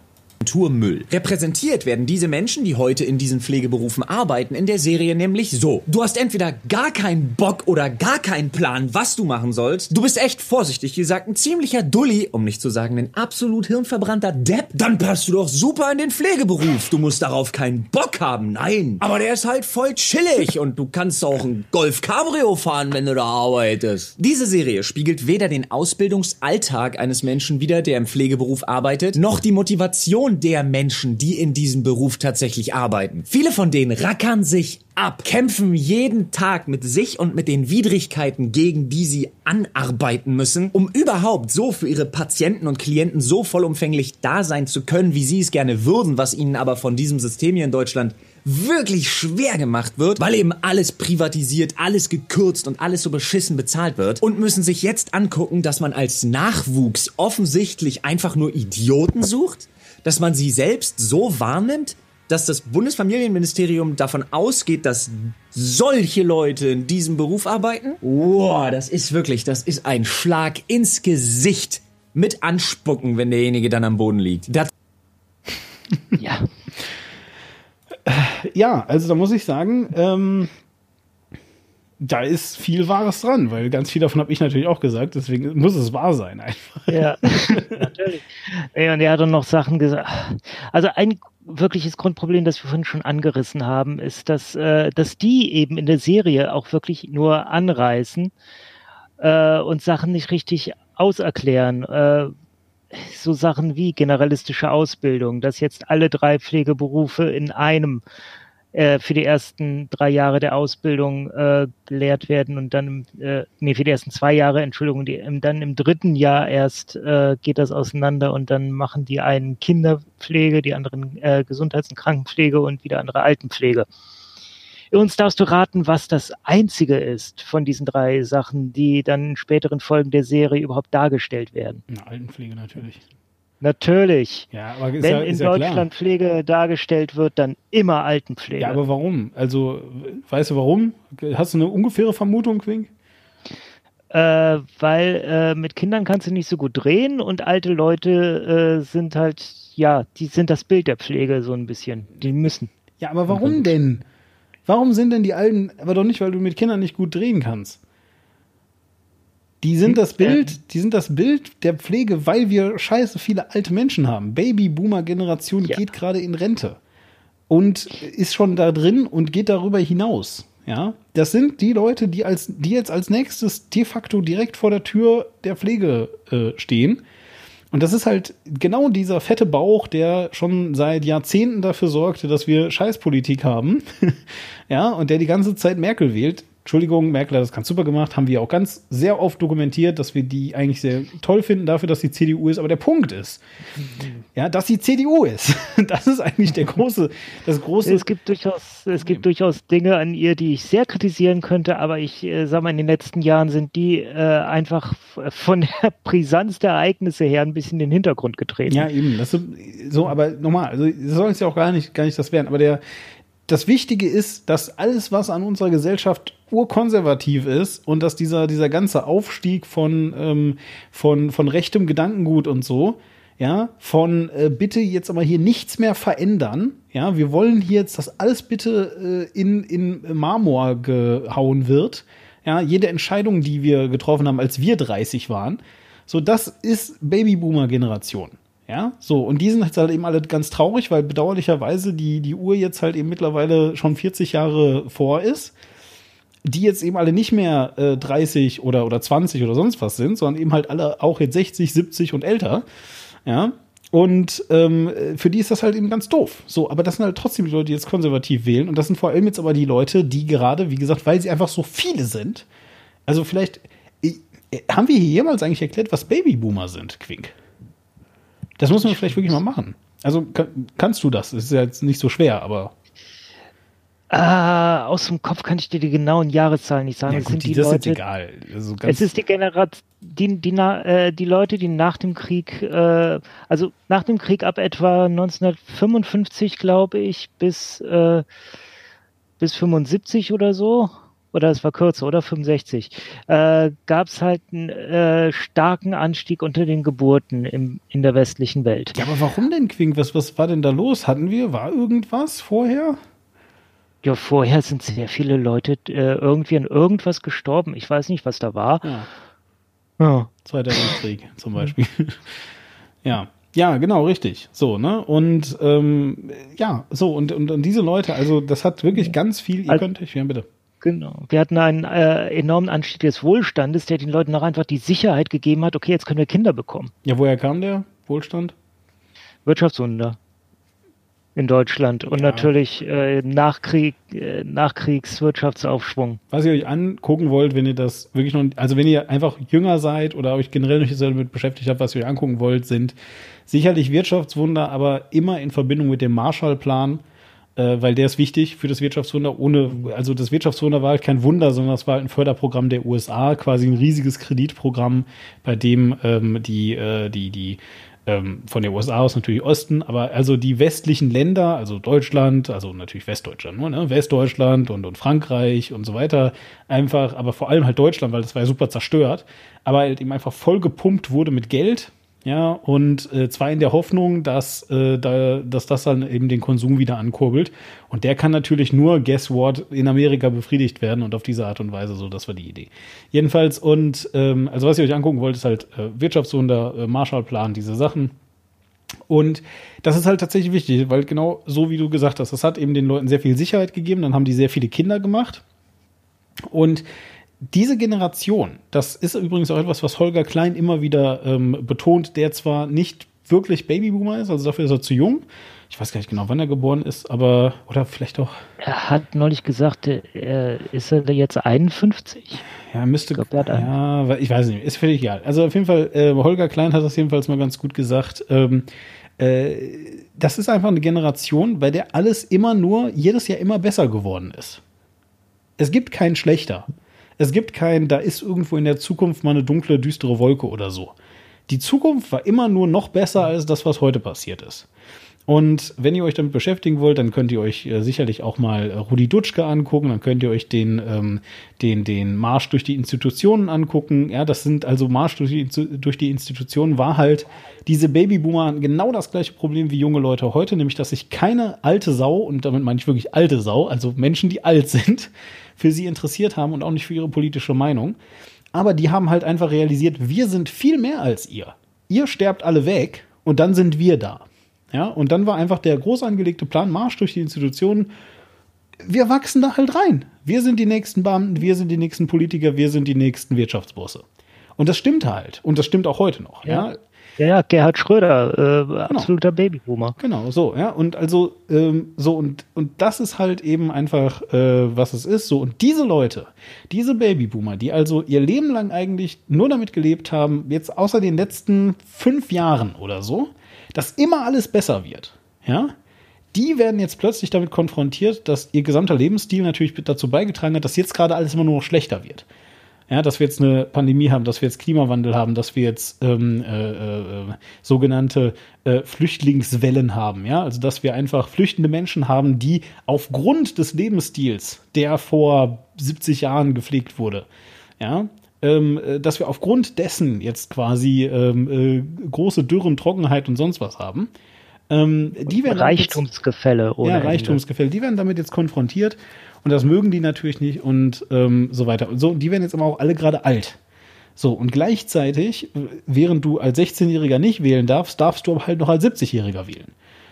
Naturmüll. Repräsentiert werden diese Menschen, die heute in diesen Pflegeberufen arbeiten, in der Serie nämlich so. Du hast entweder gar keinen Bock oder gar keinen Plan, was du machen sollst. Du bist echt, vorsichtig gesagt, ein ziemlicher Dulli, um nicht zu sagen ein absolut hirnverbrannter Depp. Dann passt du doch super in den Pflegeberuf. Du musst darauf keinen Bock haben, nein. Aber der ist halt voll chillig und du kannst auch ein Golf Cabrio fahren, wenn du da arbeitest. Diese Serie spiegelt weder den Ausbildungsalltag eines Menschen wider, der im Pflegeberuf arbeitet, noch die Motivation der Menschen, die in diesem Beruf tatsächlich arbeiten. Viele von denen rackern sich ab, kämpfen jeden Tag mit sich und mit den Widrigkeiten, gegen die sie anarbeiten müssen, um überhaupt so für ihre Patienten und Klienten so vollumfänglich da sein zu können, wie sie es gerne würden, was ihnen aber von diesem System hier in Deutschland wirklich schwer gemacht wird, weil eben alles privatisiert, alles gekürzt und alles so beschissen bezahlt wird, und müssen sich jetzt angucken, dass man als Nachwuchs offensichtlich einfach nur Idioten sucht, dass man sie selbst so wahrnimmt, dass das Bundesfamilienministerium davon ausgeht, dass solche Leute in diesem Beruf arbeiten? Wow, das ist wirklich, das ist ein Schlag ins Gesicht mit Anspucken, wenn derjenige dann am Boden liegt. Das Ja. Ja, also da muss ich sagen, ähm, da ist viel Wahres dran, weil ganz viel davon habe ich natürlich auch gesagt, deswegen muss es wahr sein einfach. Ja, natürlich. Ja, und er hat dann noch Sachen gesagt. Also ein wirkliches Grundproblem, das wir vorhin schon angerissen haben, ist, dass, äh, dass die eben in der Serie auch wirklich nur anreißen äh, und Sachen nicht richtig auserklären. Äh, so Sachen wie generalistische Ausbildung, dass jetzt alle drei Pflegeberufe in einem äh, für die ersten drei Jahre der Ausbildung äh, gelehrt werden und dann, im, äh, nee, für die ersten zwei Jahre, Entschuldigung, die, im, dann im dritten Jahr erst äh, geht das auseinander und dann machen die einen Kinderpflege, die anderen äh, Gesundheits- und Krankenpflege und wieder andere Altenpflege. Uns darfst du raten, was das einzige ist von diesen drei Sachen, die dann in späteren Folgen der Serie überhaupt dargestellt werden. Na, Altenpflege natürlich. Natürlich. Ja, aber ist Wenn ja, in ist ja Deutschland klar. Pflege dargestellt wird, dann immer Altenpflege. Ja, aber warum? Also, weißt du warum? Hast du eine ungefähre Vermutung, Quink? Äh, weil äh, mit Kindern kannst du nicht so gut drehen und alte Leute äh, sind halt, ja, die sind das Bild der Pflege so ein bisschen. Die müssen. Ja, aber warum denn? Warum sind denn die Alten, aber doch nicht, weil du mit Kindern nicht gut drehen kannst? Die sind das Bild, die sind das Bild der Pflege, weil wir scheiße viele alte Menschen haben. Baby-Boomer-Generation Ja. geht gerade in Rente und ist schon da drin und geht darüber hinaus. Ja, das sind die Leute, die als, die jetzt als nächstes de facto direkt vor der Tür der Pflege äh, stehen. Und das ist halt genau dieser fette Bauch, der schon seit Jahrzehnten dafür sorgte, dass wir Scheißpolitik haben. Ja, und der die ganze Zeit Merkel wählt. Entschuldigung, Merkel hat das ganz super gemacht, haben wir auch ganz sehr oft dokumentiert, dass wir die eigentlich sehr toll finden dafür, dass die C D U ist. Aber der Punkt ist, ja, dass die C D U ist. Das ist eigentlich der große, das große. Es gibt durchaus, es gibt durchaus Dinge an ihr, die ich sehr kritisieren könnte, aber ich äh, sag mal, in den letzten Jahren sind die äh, einfach von der Brisanz der Ereignisse her ein bisschen in den Hintergrund getreten. Ja, eben. Das ist so, aber nochmal, also das soll es ja auch gar nicht, gar nicht das werden. Aber der, das Wichtige ist, dass alles, was an unserer Gesellschaft urkonservativ ist und dass dieser, dieser ganze Aufstieg von, ähm, von, von rechtem Gedankengut und so, ja, von äh, bitte jetzt aber hier nichts mehr verändern, ja, wir wollen hier jetzt, dass alles bitte äh, in, in Marmor gehauen wird, ja, jede Entscheidung, die wir getroffen haben, als wir dreißig waren, so, das ist Babyboomer-Generation. Ja, so, und die sind jetzt halt eben alle ganz traurig, weil bedauerlicherweise die, die Uhr jetzt halt eben mittlerweile schon vierzig Jahre vor ist, die jetzt eben alle nicht mehr äh, dreißig oder, oder zwanzig oder sonst was sind, sondern eben halt alle auch jetzt sechzig, siebzig und älter. Ja, und ähm, für die ist das halt eben ganz doof. So, aber das sind halt trotzdem die Leute, die jetzt konservativ wählen. Und das sind vor allem jetzt aber die Leute, die gerade, wie gesagt, weil sie einfach so viele sind, also vielleicht, äh, haben wir hier jemals eigentlich erklärt, was Babyboomer sind, Quink? Das muss man vielleicht wirklich mal machen. Also kann, kannst du das? Das ist ja jetzt nicht so schwer, aber. Ah, aus dem Kopf kann ich dir die genauen Jahreszahlen nicht sagen. Ja, Es gut, sind die das ist Leute, jetzt egal. Also ganz es ist die Generation, die, die, na- äh, die Leute, die nach dem Krieg, äh, also nach dem Krieg ab etwa neunzehnhundertfünfundfünfzig, glaube ich, bis, äh, bis fünfundsiebzig oder so, oder es war kürzer, oder fünfundsechzig, äh, gab es halt einen äh, starken Anstieg unter den Geburten im, in der westlichen Welt. Ja, aber warum denn, Quink? Was, was war denn da los? Hatten wir, war irgendwas vorher? Ja, vorher sind sehr viele Leute äh, irgendwie an irgendwas gestorben. Ich weiß nicht, was da war. Ja. Ja. Zweiter Weltkrieg zum Beispiel. Ja. Ja, genau, richtig. So, ne? Und ähm, ja, so, und, und, und diese Leute, also das hat wirklich ganz viel, ihr Also, könnt euch, ja, bitte. Genau. Wir hatten einen äh, enormen Anstieg des Wohlstandes, der den Leuten auch einfach die Sicherheit gegeben hat, okay, jetzt können wir Kinder bekommen. Ja, woher kam der Wohlstand? Wirtschaftswunder in Deutschland und Ja. natürlich äh, Nachkrieg, äh, Nachkriegswirtschaftsaufschwung. Was ihr euch angucken wollt, wenn ihr das wirklich noch, also wenn ihr einfach jünger seid oder euch generell nicht so damit beschäftigt habt, was ihr euch angucken wollt, sind sicherlich Wirtschaftswunder, aber immer in Verbindung mit dem Marshallplan, äh, weil der ist wichtig für das Wirtschaftswunder. Ohne, also das Wirtschaftswunder war halt kein Wunder, sondern das war halt ein Förderprogramm der U S A, quasi ein riesiges Kreditprogramm, bei dem ähm, die, äh, die, die ähm, von der U S A aus natürlich Osten, aber also die westlichen Länder, also Deutschland, also natürlich Westdeutschland nur, ne? Westdeutschland und, und Frankreich und so weiter, einfach, aber vor allem halt Deutschland, weil das war ja super zerstört, aber halt eben einfach voll gepumpt wurde mit Geld. Ja, und äh, zwar in der Hoffnung, dass, äh, da, dass das dann eben den Konsum wieder ankurbelt. Und der kann natürlich nur, guess what, in Amerika befriedigt werden und auf diese Art und Weise, so, das war die Idee. Jedenfalls, und ähm, also was ihr euch angucken wollt, ist halt äh, Wirtschaftswunder, äh, Marshallplan, diese Sachen. Und das ist halt tatsächlich wichtig, weil genau so, wie du gesagt hast, das hat eben den Leuten sehr viel Sicherheit gegeben, dann haben die sehr viele Kinder gemacht. Und diese Generation, das ist übrigens auch etwas, was Holger Klein immer wieder ähm, betont, der zwar nicht wirklich Babyboomer ist, also dafür ist er zu jung. Ich weiß gar nicht genau, wann er geboren ist, aber, oder vielleicht auch. Er hat neulich gesagt, äh, ist er jetzt einundfünfzig? Ja, müsste, ich glaub, er hat einen. ja, ich weiß nicht, ist völlig egal. Also auf jeden Fall, äh, Holger Klein hat das jedenfalls mal ganz gut gesagt, ähm, äh, das ist einfach eine Generation, bei der alles immer nur, jedes Jahr immer besser geworden ist. Es gibt keinen schlechter. Es gibt kein, da ist irgendwo in der Zukunft mal eine dunkle, düstere Wolke oder so. Die Zukunft war immer nur noch besser als das, was heute passiert ist. Und wenn ihr euch damit beschäftigen wollt, dann könnt ihr euch äh, sicherlich auch mal äh, Rudi Dutschke angucken, dann könnt ihr euch den, ähm, den, den Marsch durch die Institutionen angucken. Ja, das sind also Marsch durch die, durch die Institutionen war halt, diese Babyboomer hatten genau das gleiche Problem wie junge Leute heute, nämlich, dass sich keine alte Sau, und damit meine ich wirklich alte Sau, also Menschen, die alt sind, für sie interessiert haben und auch nicht für ihre politische Meinung. Aber die haben halt einfach realisiert, wir sind viel mehr als ihr. Ihr sterbt alle weg und dann sind wir da. Ja, und dann war einfach der groß angelegte Plan, Marsch durch die Institutionen. Wir wachsen da halt rein. Wir sind die nächsten Beamten, wir sind die nächsten Politiker, wir sind die nächsten Wirtschaftsbosse. Und das stimmt halt. Und das stimmt auch heute noch. Ja, ja, ja, ja Gerhard Schröder, äh, absoluter Babyboomer. Genau, so, ja. Und also, ähm, so, und, und das ist halt eben einfach, äh, was es ist. So, und diese Leute, diese Babyboomer, die also ihr Leben lang eigentlich nur damit gelebt haben, jetzt außer den letzten fünf Jahren oder so, dass immer alles besser wird, ja, die werden jetzt plötzlich damit konfrontiert, dass ihr gesamter Lebensstil natürlich dazu beigetragen hat, dass jetzt gerade alles immer nur noch schlechter wird. Ja, dass wir jetzt eine Pandemie haben, dass wir jetzt Klimawandel haben, dass wir jetzt ähm, äh, äh, sogenannte äh, Flüchtlingswellen haben, ja, also dass wir einfach flüchtende Menschen haben, die aufgrund des Lebensstils, der vor siebzig Jahren gepflegt wurde, ja, Ähm, dass wir aufgrund dessen jetzt quasi ähm, äh, große Dürren, Trockenheit und sonst was haben. Ähm, die werden Reichtumsgefälle. Ohne ja, Reichtumsgefälle. Die werden damit jetzt konfrontiert und das mögen die natürlich nicht und ähm, so weiter. Und so, die werden jetzt aber auch alle gerade alt. So, und gleichzeitig, während du als sechzehnjähriger nicht wählen darfst, darfst du aber halt noch als siebzigjähriger wählen.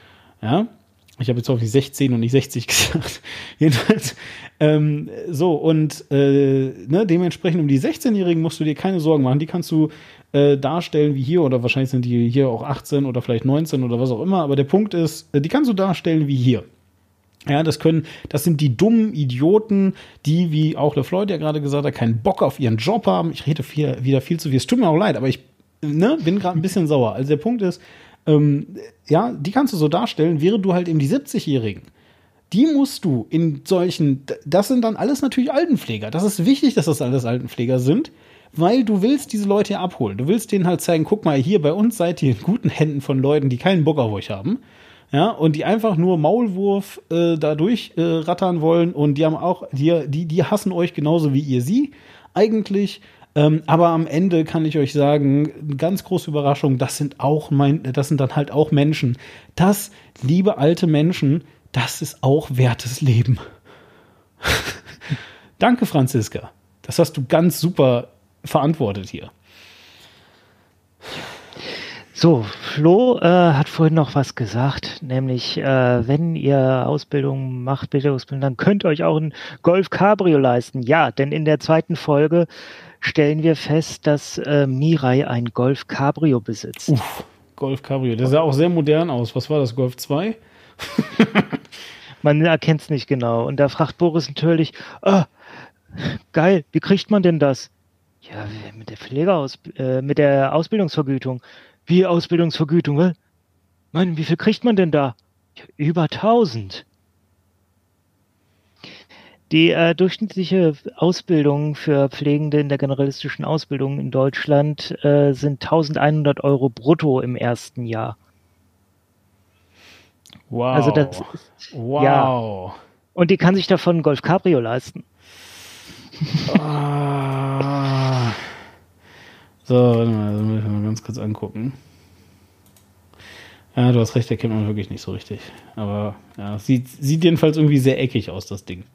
Ja, ich habe jetzt hoffentlich sechzehn und nicht sechzig gesagt. Jedenfalls, ähm, so, und äh, ne, dementsprechend um die sechzehnjährigen musst du dir keine Sorgen machen. Die kannst du äh, darstellen wie hier, oder wahrscheinlich sind die hier auch achtzehn oder vielleicht neunzehn oder was auch immer. Aber der Punkt ist, äh, die kannst du darstellen wie hier. Ja, das können, das sind die dummen Idioten, die, wie auch der Floyd ja gerade gesagt hat, keinen Bock auf ihren Job haben. Ich rede viel, wieder viel zu viel. Es tut mir auch leid, aber ich ne, bin gerade ein bisschen sauer. Also der Punkt ist, ähm, ja, die kannst du so darstellen, während du halt eben die siebzigjährigen, die musst du in solchen, das sind dann alles natürlich Altenpfleger. Das ist wichtig, dass das alles Altenpfleger sind, weil du willst diese Leute ja abholen. Du willst denen halt zeigen, guck mal, hier bei uns seid ihr in guten Händen von Leuten, die keinen Bock auf euch haben. ja, und die einfach nur Maulwurf äh, da durch äh, rattern wollen und die haben auch, die, die, die hassen euch genauso wie ihr sie eigentlich. Ähm, aber am Ende kann ich euch sagen, eine ganz große Überraschung, das sind auch mein, das sind dann halt auch Menschen. Das, liebe alte Menschen, das ist auch wertes Leben. Danke, Franziska. Das hast du ganz super verantwortet hier. So, Flo äh, hat vorhin noch was gesagt, nämlich äh, wenn ihr Ausbildung macht, Bilderausbildung, dann könnt ihr euch auch ein Golf Cabrio leisten. Ja, denn in der zweiten Folge stellen wir fest, dass äh, Mirai ein Golf Cabrio besitzt. Uff, Golf Cabrio. Der sah auch sehr modern aus. Was war das, Golf zwei? Man erkennt es nicht genau. Und da fragt Boris natürlich, ah, geil, wie kriegt man denn das? Ja, mit der Pflegeaus äh, mit der Ausbildungsvergütung. Wie Ausbildungsvergütung, was? Mann, wie viel kriegt man denn da? Ja, über tausend. Die äh, durchschnittliche Ausbildung für Pflegende in der generalistischen Ausbildung in Deutschland äh, sind eintausendeinhundert Euro brutto im ersten Jahr. Wow. Also das ist, wow. Ja. Und die kann sich davon ein Golf Cabrio leisten. Ah. So, warte mal, das muss ich mal ganz kurz angucken. Ja, du hast recht, der kennt man wirklich nicht so richtig. Aber ja, sieht, sieht jedenfalls irgendwie sehr eckig aus, das Ding.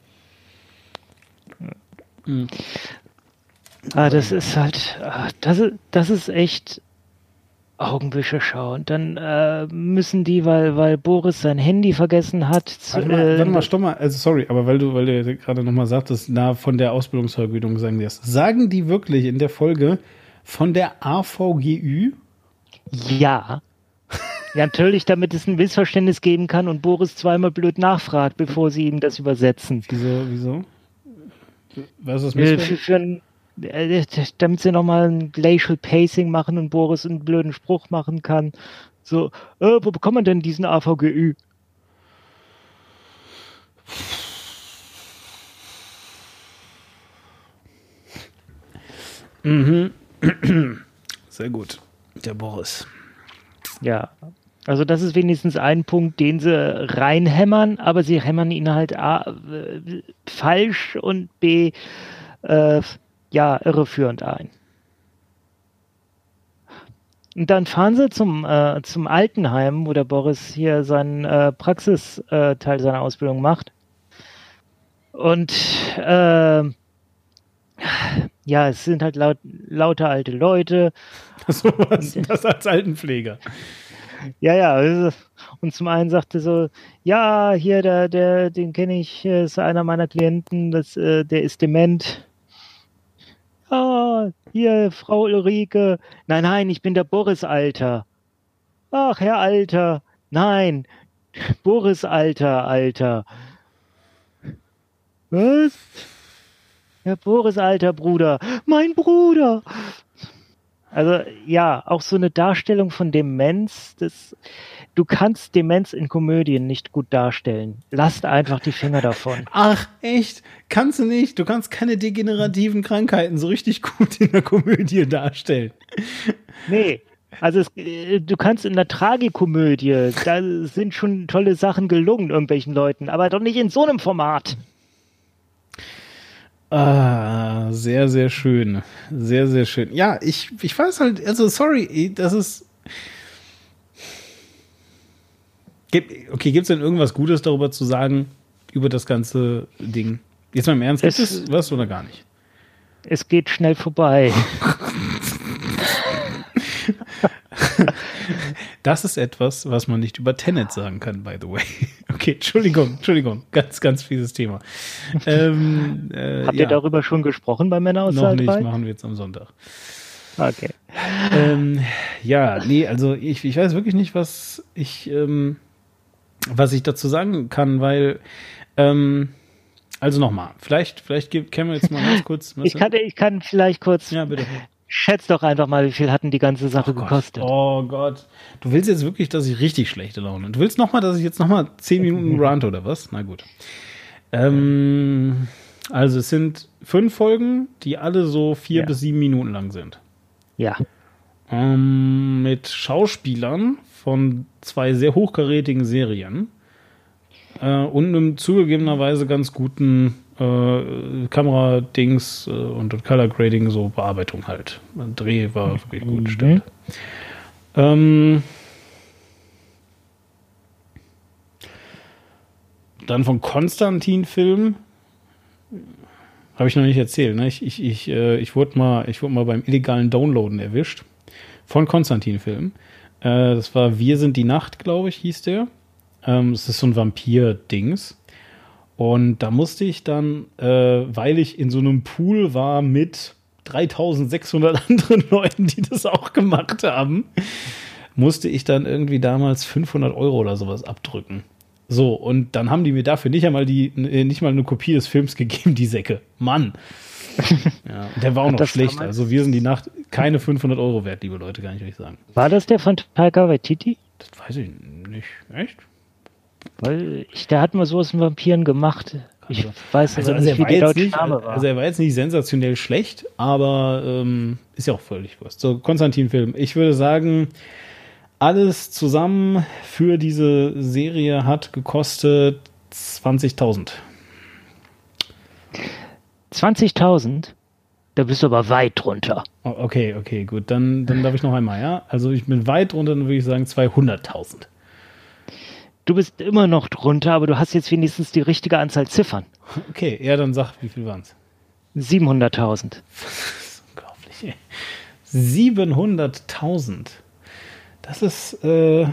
Mhm. Ah, das ist halt, ah, das ist, das ist echt Augenwischerschau. Und dann äh, müssen die, weil, weil Boris sein Handy vergessen hat. Zu, Warte mal, äh, warte mal, stopp mal, also sorry, aber weil du, weil du ja gerade nochmal sagtest, na, von der Ausbildungsvergütung sagen die das. Sagen die wirklich in der Folge von der A V G Ü? Ja. Ja, natürlich, damit es ein Missverständnis geben kann und Boris zweimal blöd nachfragt, bevor sie ihm das übersetzen. Wieso, wieso? Was ist das Äh, Missverständnis? für, für ein, äh, damit sie nochmal ein Glacial Pacing machen und Boris einen blöden Spruch machen kann. So, äh, wo bekommt man denn diesen A V G Ü? Mhm. Sehr gut. Der Boris. Ja, also das ist wenigstens ein Punkt, den sie reinhämmern, aber sie hämmern ihn halt A, äh, falsch und B, äh, ja, irreführend ein. Und dann fahren sie zum, äh, zum Altenheim, wo der Boris hier seinen äh, Praxisteil äh, seiner Ausbildung macht. Und äh, ja, es sind halt laut, lauter alte Leute. So was, das als Altenpfleger. Ja, ja. also- Und zum einen sagte so, ja, hier, der, der, den kenne ich, äh, ist einer meiner Klienten, das, äh, der ist dement. Ah, hier, Frau Ulrike. Nein, nein, ich bin der Boris Alter. Ach, Herr Alter. Nein, Boris Alter, Alter. Was? Herr Boris Alter, Bruder. Mein Bruder. Also ja, auch so eine Darstellung von Demenz, das, du kannst Demenz in Komödien nicht gut darstellen. Lasst einfach die Finger davon. Ach, echt? Kannst du nicht? Du kannst keine degenerativen Krankheiten so richtig gut in der Komödie darstellen. Nee, also es, äh, du kannst in der Tragikomödie, da sind schon tolle Sachen gelungen irgendwelchen Leuten, aber doch nicht in so einem Format. Ah, sehr, sehr schön. Sehr, sehr schön. Ja, ich, ich weiß halt, also sorry, das ist. Gibt- Okay, gibt es denn irgendwas Gutes darüber zu sagen, über das ganze Ding? Jetzt mal im Ernst, gibt Es- es was oder gar nicht? Es geht schnell vorbei. Das ist etwas, was man nicht über Tenet sagen kann, by the way. Okay, Entschuldigung, Entschuldigung, ganz, ganz fieses Thema. Ähm, äh, Habt ja, ihr darüber schon gesprochen bei noch Männerauszeit? nicht, machen wir jetzt am Sonntag. Okay. Ähm, ja, nee, also ich, ich weiß wirklich nicht, was ich, ähm, was ich dazu sagen kann, weil, ähm, also nochmal, vielleicht, vielleicht ge- können wir jetzt mal ganz kurz. was- Ich kann, ich kann vielleicht kurz, ja, bitte. schätz doch einfach mal, wie viel hat denn die ganze Sache gekostet? Oh Gott. Du willst jetzt wirklich, dass ich richtig schlechte Laune. Du willst nochmal, dass ich jetzt nochmal zehn Minuten rant oder was? Na gut. Ähm, also es sind fünf Folgen, die alle so vier Ja. bis sieben Minuten lang sind. Ja. Ähm, mit Schauspielern von zwei sehr hochkarätigen Serien äh, und einem zugegebenerweise ganz guten äh, Kameradings äh, und Color Grading, so Bearbeitung halt. Der Dreh war wirklich gut, Mhm. stimmt. Ähm, dann von Konstantin-Film habe ich noch nicht erzählt. Ne? Ich, ich, ich, äh, ich wurde mal, ich wurde mal beim illegalen Downloaden erwischt von Konstantin-Film. Äh, das war Wir sind die Nacht, glaube ich, hieß der. Ähm, es ist so ein Vampir-Dings. Und da musste ich dann, äh, weil ich in so einem Pool war mit dreitausendsechshundert anderen Leuten, die das auch gemacht haben, musste ich dann irgendwie damals fünfhundert Euro oder sowas abdrücken. So, und dann haben die mir dafür nicht einmal die, nicht mal eine Kopie des Films gegeben, die Säcke. Mann. Ja, und der war auch Hat noch das schlecht. damals- Also wir sind die Nacht keine fünfhundert Euro wert, liebe Leute, kann ich euch sagen. War das der von Taika Waititi? Das weiß ich nicht. Echt? Weil ich, der hat mal sowas mit Vampiren gemacht. Ich weiß Also, aber also, er nicht, wie war der jetzt deutsche nicht, Name war. also er war jetzt nicht sensationell schlecht, aber ähm, ist ja auch völlig wurscht. So, Konstantin-Film. Ich würde sagen, alles zusammen für diese Serie hat gekostet zwanzigtausend. zwanzigtausend? Da bist du aber weit drunter. Oh, okay, okay, gut. Dann, dann darf ich noch einmal, ja? Also ich bin weit drunter, dann würde ich sagen zweihunderttausend. Du bist immer noch drunter, aber du hast jetzt wenigstens die richtige Anzahl Ziffern. Okay, ja, dann sag, wie viel waren es? siebenhunderttausend. Unglaublich, ey. siebenhunderttausend. Das ist, äh, ja.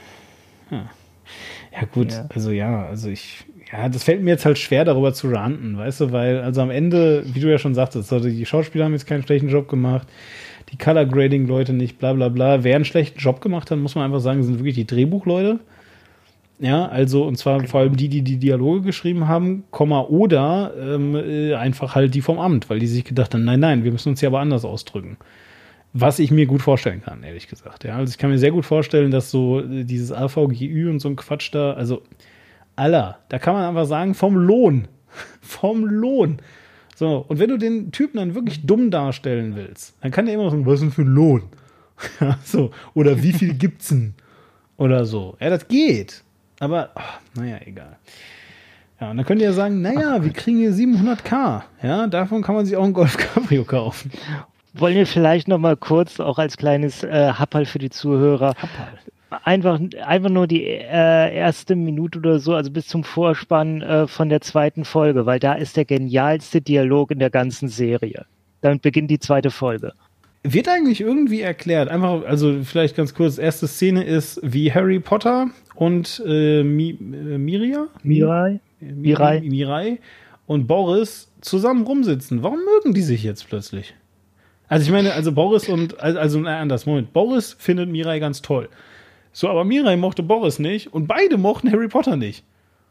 ja gut, Ja. also ja, also ich, ja, das fällt mir jetzt halt schwer, darüber zu ranten, weißt du, weil, also am Ende, wie du ja schon sagtest, also die Schauspieler haben jetzt keinen schlechten Job gemacht, die Color Grading Leute nicht, bla bla bla. Wer einen schlechten Job gemacht hat, muss man einfach sagen, sind wirklich die Drehbuchleute. Ja, also, und zwar vor allem die, die die Dialoge geschrieben haben, Komma, oder ähm, äh, einfach halt die vom Amt, weil die sich gedacht haben, nein, nein, wir müssen uns hier aber anders ausdrücken. Was ich mir gut vorstellen kann, ehrlich gesagt. Ja, also ich kann mir sehr gut vorstellen, dass so äh, dieses A V G Ü und so ein Quatsch da, also, Alter, da kann man einfach sagen, vom Lohn. vom Lohn. So, und wenn du den Typen dann wirklich dumm darstellen willst, dann kann der immer sagen, was ist denn für ein Lohn? Ja, so, oder wie viel gibt's denn? Oder so. Ja, das geht. Aber, ach, naja, egal. Ja, und dann könnt ihr ja sagen, naja, wir kriegen hier siebenhundert K. Ja, davon kann man sich auch ein Golf Cabrio kaufen. Wollen wir vielleicht noch mal kurz, auch als kleines äh, Happerl für die Zuhörer, einfach, einfach nur die äh, erste Minute oder so, also bis zum Vorspann äh, von der zweiten Folge, weil da ist der genialste Dialog in der ganzen Serie. Damit beginnt die zweite Folge. Wird eigentlich irgendwie erklärt, einfach, also vielleicht ganz kurz, erste Szene ist, wie Harry Potter und äh, Mi, äh, Miria? Mirai? Mirai. Mirai und Boris zusammen rumsitzen. Warum mögen die sich jetzt plötzlich? Also ich meine, also Boris und, also, also nein, anders, Moment, Boris findet Mirai ganz toll. So, aber Mirai mochte Boris nicht und beide mochten Harry Potter nicht.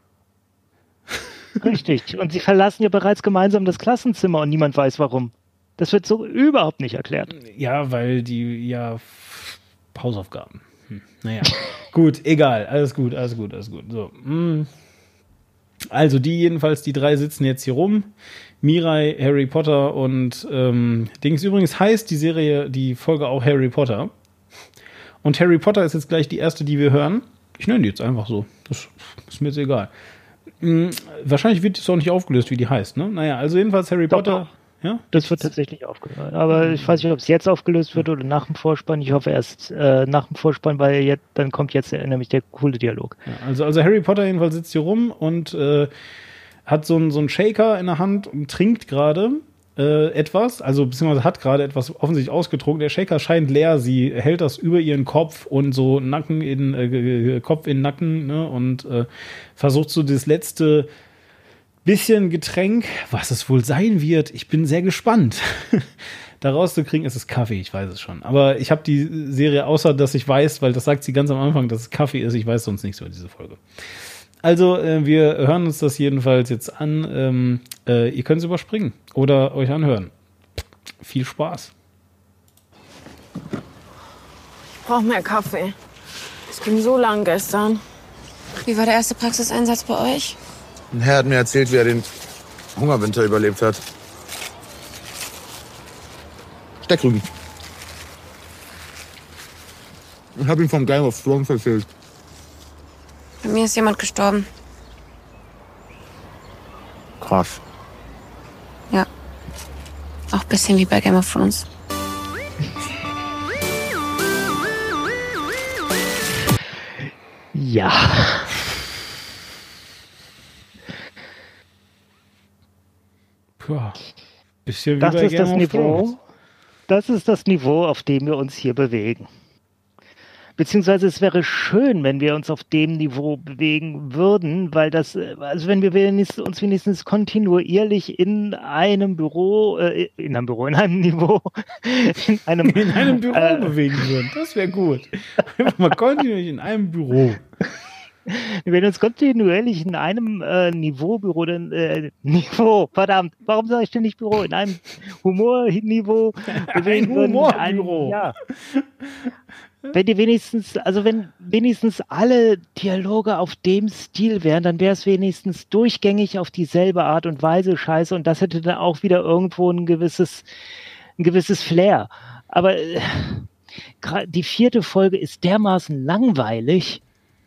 Richtig. Und sie verlassen ja bereits gemeinsam das Klassenzimmer und niemand weiß warum. Das wird so überhaupt nicht erklärt. Ja, weil die, ja, Hausaufgaben. Hm, naja, gut, egal, alles gut, alles gut, alles gut. So, mm. Also die jedenfalls, die drei sitzen jetzt hier rum. Mirai, Harry Potter und ähm, Dings. Übrigens heißt die Serie, die Folge auch Harry Potter. Und Harry Potter ist jetzt gleich die erste, die wir hören. Ich nenne die jetzt einfach so. Das ist mir jetzt egal. Hm, wahrscheinlich wird es auch nicht aufgelöst, wie die heißt, ne? Naja, also jedenfalls Harry Doch, Potter. doch. Ja? Das wird tatsächlich aufgelöst. Aber ich weiß nicht, ob es jetzt aufgelöst wird oder nach dem Vorspann. Ich hoffe erst äh, nach dem Vorspann, weil jetzt, dann kommt jetzt äh, nämlich der coole Dialog. Ja, also, also Harry Potter jedenfalls sitzt hier rum und äh, hat so einen so einen Shaker in der Hand und trinkt gerade äh, etwas, also beziehungsweise hat gerade etwas offensichtlich ausgetrunken. Der Shaker scheint leer, sie hält das über ihren Kopf und so Nacken in äh, Kopf in Nacken, ne, und äh, versucht so das letzte bisschen Getränk, was es wohl sein wird. Ich bin sehr gespannt, da rauszukriegen. Es ist Kaffee, ich weiß es schon. Aber ich habe die Serie, außer dass ich weiß, weil das sagt sie ganz am Anfang, dass es Kaffee ist. Ich weiß sonst nichts über diese Folge. Also, äh, wir hören uns das jedenfalls jetzt an. Ähm, äh, ihr könnt es überspringen oder euch anhören. Viel Spaß. Ich brauche mehr Kaffee. Es ging so lang gestern. Wie war der erste Praxiseinsatz bei euch? Ein Herr hat mir erzählt, wie er den Hungerwinter überlebt hat. Steckrüben. Ich habe ihm vom Game of Thrones erzählt. Bei mir ist jemand gestorben. Krass. Ja. Auch ein bisschen wie bei Game of Thrones. Ja. Puh. Bisschen wie Das bei ist Game das of Niveau. Thrones. Das ist das Niveau, auf dem wir uns hier bewegen. Beziehungsweise es wäre schön, wenn wir uns auf dem Niveau bewegen würden, weil das, also wenn wir wenigstens, uns wenigstens kontinuierlich in einem Büro, äh, in einem Büro, in einem Niveau, in einem, In einem Büro äh, bewegen würden. Das wäre gut. Einfach mal kontinuierlich in einem Büro. wir werden uns kontinuierlich in einem äh, Niveaubüro, denn, äh, Niveau, verdammt, warum sage ich denn nicht Büro, in einem Humorniveau bewegen würden. Humorbüro. Ja. Wenn die wenigstens, also wenn wenigstens alle Dialoge auf dem Stil wären, dann wäre es wenigstens durchgängig auf dieselbe Art und Weise scheiße und das hätte dann auch wieder irgendwo ein gewisses, ein gewisses Flair. Aber äh, gra- die vierte Folge ist dermaßen langweilig.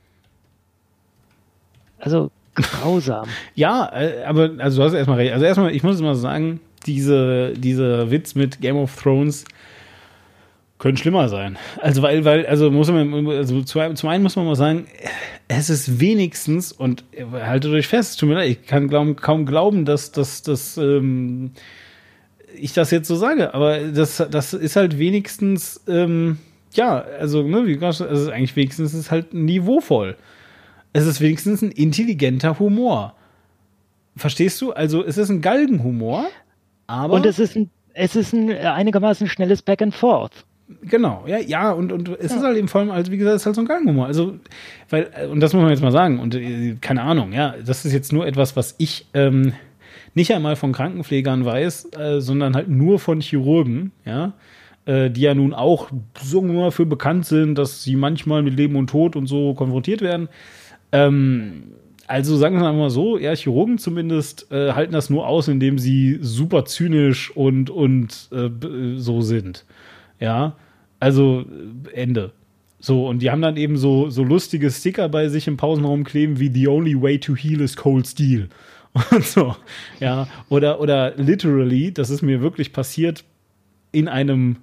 Also grausam. Ja, äh, aber also du hast erstmal recht. Also erstmal, ich muss mal sagen, diese, dieser Witz mit Game of Thrones könnte schlimmer sein. Also weil, weil, also muss man, also zum, zum einen muss man mal sagen, es ist wenigstens, und haltet euch fest, es tut mir leid, ich kann glauben, kaum glauben, dass, dass, dass ähm, ich das jetzt so sage, aber das, das ist halt wenigstens, ähm, ja, also, ne, wie gesagt, es ist eigentlich wenigstens ist es halt niveauvoll. Es ist wenigstens ein intelligenter Humor. Verstehst du? Also es ist ein Galgenhumor, aber... Und es ist ein, es ist ein einigermaßen schnelles Back and Forth. Genau, ja, ja, und, und es ist halt eben vor allem, also wie gesagt, es ist halt so ein Galgenhumor. Also, weil, und das muss man jetzt mal sagen, und äh, keine Ahnung, ja, das ist jetzt nur etwas, was ich ähm, nicht einmal von Krankenpflegern weiß, äh, sondern halt nur von Chirurgen, ja, äh, die ja nun auch so nur dafür bekannt sind, dass sie manchmal mit Leben und Tod und so konfrontiert werden. Ähm, also sagen wir es einfach mal so, ja, Chirurgen zumindest äh, halten das nur aus, indem sie super zynisch und, und äh, b- so sind. Ja, also äh, Ende. So, und die haben dann eben so, so lustige Sticker bei sich im Pausenraum kleben wie The only way to heal is cold steel. Und so, ja. Oder, oder literally, das ist mir wirklich passiert in einem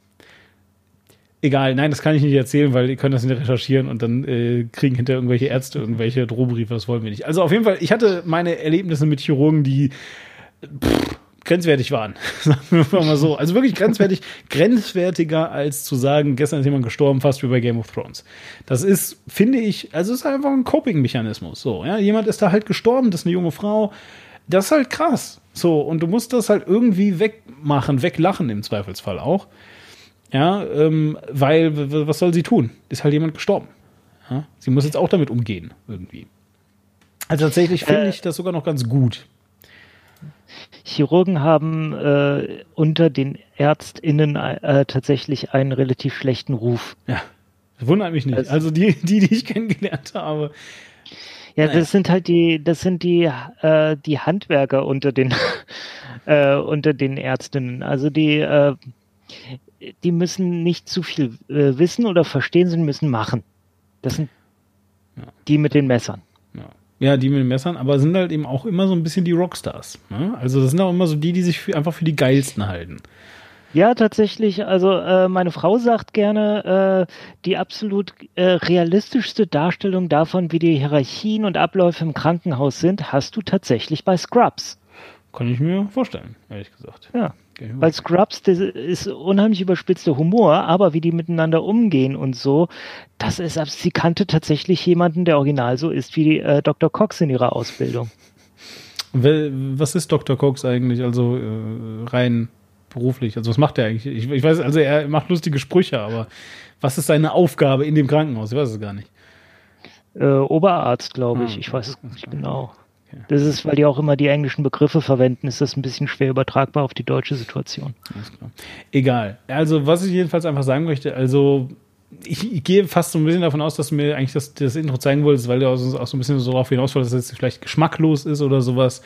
Egal, nein, das kann ich nicht erzählen, weil ihr könnt das nicht recherchieren und dann äh, kriegen hinterher irgendwelche Ärzte irgendwelche Drohbriefe, das wollen wir nicht. Also auf jeden Fall, ich hatte meine Erlebnisse mit Chirurgen, die pff, grenzwertig waren. Sagen wir mal so. Also wirklich grenzwertig, grenzwertiger als zu sagen, gestern ist jemand gestorben, fast wie bei Game of Thrones. Das ist, finde ich, also es ist einfach ein Coping-Mechanismus. So, ja, jemand ist da halt gestorben, das ist eine junge Frau. Das ist halt krass. So, und du musst das halt irgendwie wegmachen, weglachen im Zweifelsfall auch. Ja, ähm, weil, w- was soll sie tun? Ist halt jemand gestorben. Ja? Sie muss jetzt auch damit umgehen, irgendwie. Also tatsächlich finde Äh, ich das sogar noch ganz gut. Chirurgen haben äh, unter den ÄrztInnen äh, tatsächlich einen relativ schlechten Ruf. Ja, das wundert mich nicht. Also- Also die, die, die ich kennengelernt habe. Ja, Naja. das sind halt die, das sind die, äh, die Handwerker unter den, äh, unter den Ärztinnen. Also die, äh, die müssen nicht zu viel äh, wissen oder verstehen, sie müssen machen. Das sind Ja. die mit den Messern. Ja. ja, die mit den Messern, aber sind halt eben auch immer so ein bisschen die Rockstars. Ne? Also das sind auch immer so die, die sich für, einfach für die geilsten halten. Ja, tatsächlich. Also äh, meine Frau sagt gerne, äh, die absolut äh, realistischste Darstellung davon, wie die Hierarchien und Abläufe im Krankenhaus sind, hast du tatsächlich bei Scrubs. Kann ich mir vorstellen, ehrlich gesagt. Ja. Kann ich mir Weil Scrubs, das ist unheimlich überspitzter Humor, aber wie die miteinander umgehen und so, das ist, sie kannte tatsächlich jemanden, der original so ist wie äh, Doktor Cox in ihrer Ausbildung. Wel- Was ist Doktor Cox eigentlich? Also äh, rein beruflich? Also was macht er eigentlich? Ich, ich weiß, also er macht lustige Sprüche, aber was ist seine Aufgabe in dem Krankenhaus? Ich weiß es gar nicht. Äh, Oberarzt, glaube ich. Ah, Ich weiß es alles nicht klar. genau. Okay. Das ist, weil die auch immer die englischen Begriffe verwenden, ist das ein bisschen schwer übertragbar auf die deutsche Situation. Alles klar. Egal. Also, was ich jedenfalls einfach sagen möchte, also ich, ich gehe fast so ein bisschen davon aus, dass du mir eigentlich das, das Intro zeigen wolltest, weil du auch so, auch so ein bisschen so darauf hinaus wolltest, dass es jetzt vielleicht geschmacklos ist oder sowas.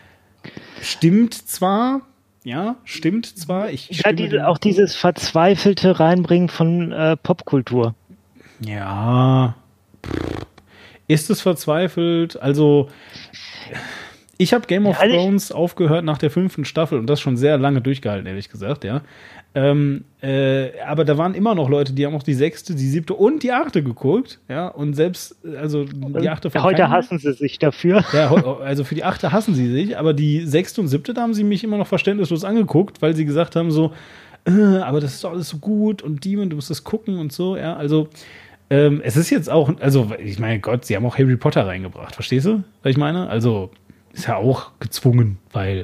Stimmt zwar, ja, stimmt zwar. Ich Ja, stimme die, dem- auch dieses verzweifelte Reinbringen von äh, Popkultur. Ja. Ist es verzweifelt? Also, ich habe Game of Ja, also ich- Thrones aufgehört nach der fünften Staffel und das schon sehr lange durchgehalten, ehrlich gesagt, ja. Ähm, äh, aber da waren immer noch Leute, die haben auch die sechste, die siebte und die achte geguckt, ja. Und selbst, also die achte von Heute keinem- hassen sie sich dafür. Ja, heu- also für die achte hassen sie sich, aber die sechste und siebte, da haben sie mich immer noch verständnislos angeguckt, weil sie gesagt haben so, äh, aber das ist doch alles so gut und Demon, du musst das gucken und so, ja, also ähm, es ist jetzt auch, also ich meine Gott, sie haben auch Harry Potter reingebracht, verstehst du, was ich meine? Also ist ja auch gezwungen, weil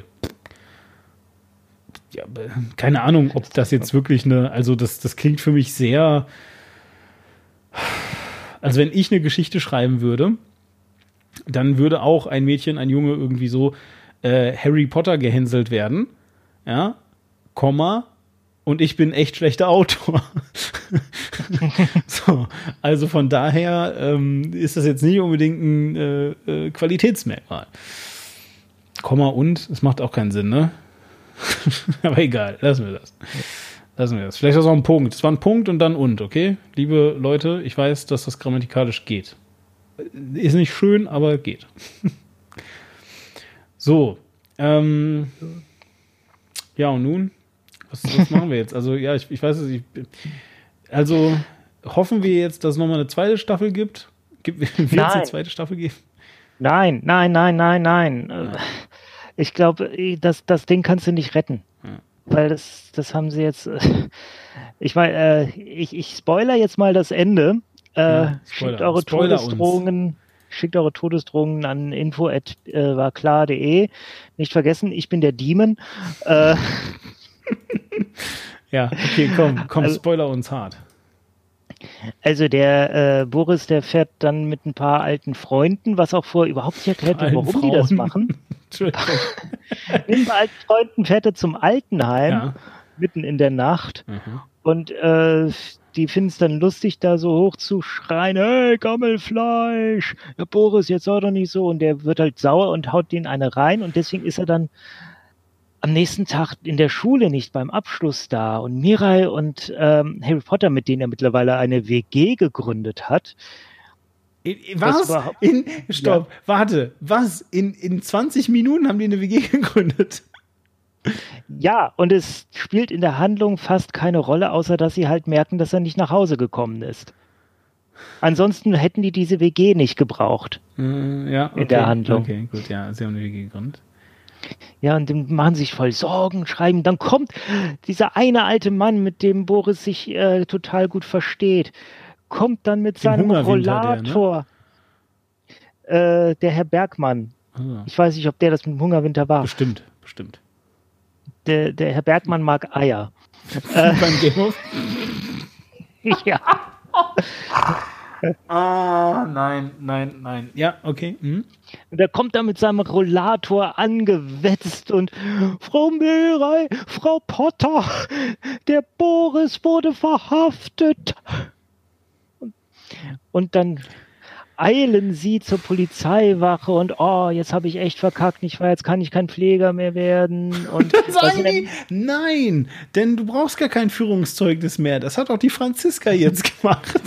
ja, keine Ahnung, ob das jetzt wirklich eine, also das, das klingt für mich sehr, also wenn ich eine Geschichte schreiben würde, dann würde auch ein Mädchen, ein Junge irgendwie so äh, Harry Potter gehänselt werden, ja, Komma, und ich bin echt schlechter Autor. So, also von daher ähm, ist das jetzt nicht unbedingt ein äh, äh, Qualitätsmerkmal. Komma und, es macht auch keinen Sinn, ne? Aber egal, lassen wir das. Lassen wir das. Vielleicht ist auch ein Punkt. Es war ein Punkt und dann und, okay? Liebe Leute, ich weiß, dass das grammatikalisch geht. Ist nicht schön, aber geht. So. Ähm, ja, und nun? Was, was machen wir jetzt? Also, ja, ich, ich weiß es nicht. Also, hoffen wir jetzt, dass es nochmal eine zweite Staffel gibt? Gibt wird es eine Nein. zweite Staffel geben? Nein, nein, nein, nein, nein. Äh, Ich glaube, das, das Ding kannst du nicht retten. Weil das, das haben sie jetzt. äh, Ich meine, äh, ich, ich spoiler jetzt mal das Ende. Äh, Ja, Spoiler. schickt eure Spoiler uns. Todesdrohungen, schickt eure Todesdrohungen an info at warklar punkt de. Nicht vergessen, ich bin der Demon. Äh, Ja, okay, komm, komm, Also- Spoiler uns hart. Also der äh, Boris, der fährt dann mit ein paar alten Freunden, was auch vorher überhaupt nicht erklärt wird, Alten warum die das Frauen. machen. Entschuldigung. Mit ein paar alten Freunden fährt er zum Altenheim, Ja. mitten in der Nacht. Mhm. Und äh, die finden es dann lustig, da so hoch zu schreien, hey, Gammelfleisch, ja, Boris, jetzt sei doch nicht so. Und der wird halt sauer und haut denen eine rein. Und deswegen ist er dann am nächsten Tag in der Schule nicht beim Abschluss da. Und Mirai und ähm, Harry Potter, mit denen er mittlerweile eine W G gegründet hat. In, in, Was was? überhaupt- In, stopp, warte, was? In, in zwanzig Minuten haben die eine W G gegründet? Ja, und es spielt in der Handlung fast keine Rolle, außer dass sie halt merken, dass er nicht nach Hause gekommen ist. Ansonsten hätten die diese W G nicht gebraucht. Äh, ja, okay. In der Handlung. Okay, gut, ja, sie haben eine W G gegründet. Ja, und dann machen sich voll Sorgen, schreiben. Dann kommt dieser eine alte Mann, mit dem Boris sich äh, total gut versteht, kommt dann mit seinem Hungerwinter, der, ne? Rollator. Der, äh, der Herr Bergmann. Ah, Ich weiß nicht, ob der das mit dem Hungerwinter war. bestimmt, bestimmt. Der, der Herr Bergmann mag Eier. Beim Game of Ja. Ah, nein, nein, nein. Ja, okay. Hm? Und er kommt da mit seinem Rollator angewetzt und Frau Mirai, Frau Potter, der Boris wurde verhaftet. Und, und dann eilen sie zur Polizeiwache und oh, jetzt habe ich echt verkackt, nicht wahr? Jetzt kann ich kein Pfleger mehr werden. Und was Sagen in der- die, nein, denn du brauchst gar kein Führungszeugnis mehr. Das hat auch die Franziska jetzt gemacht.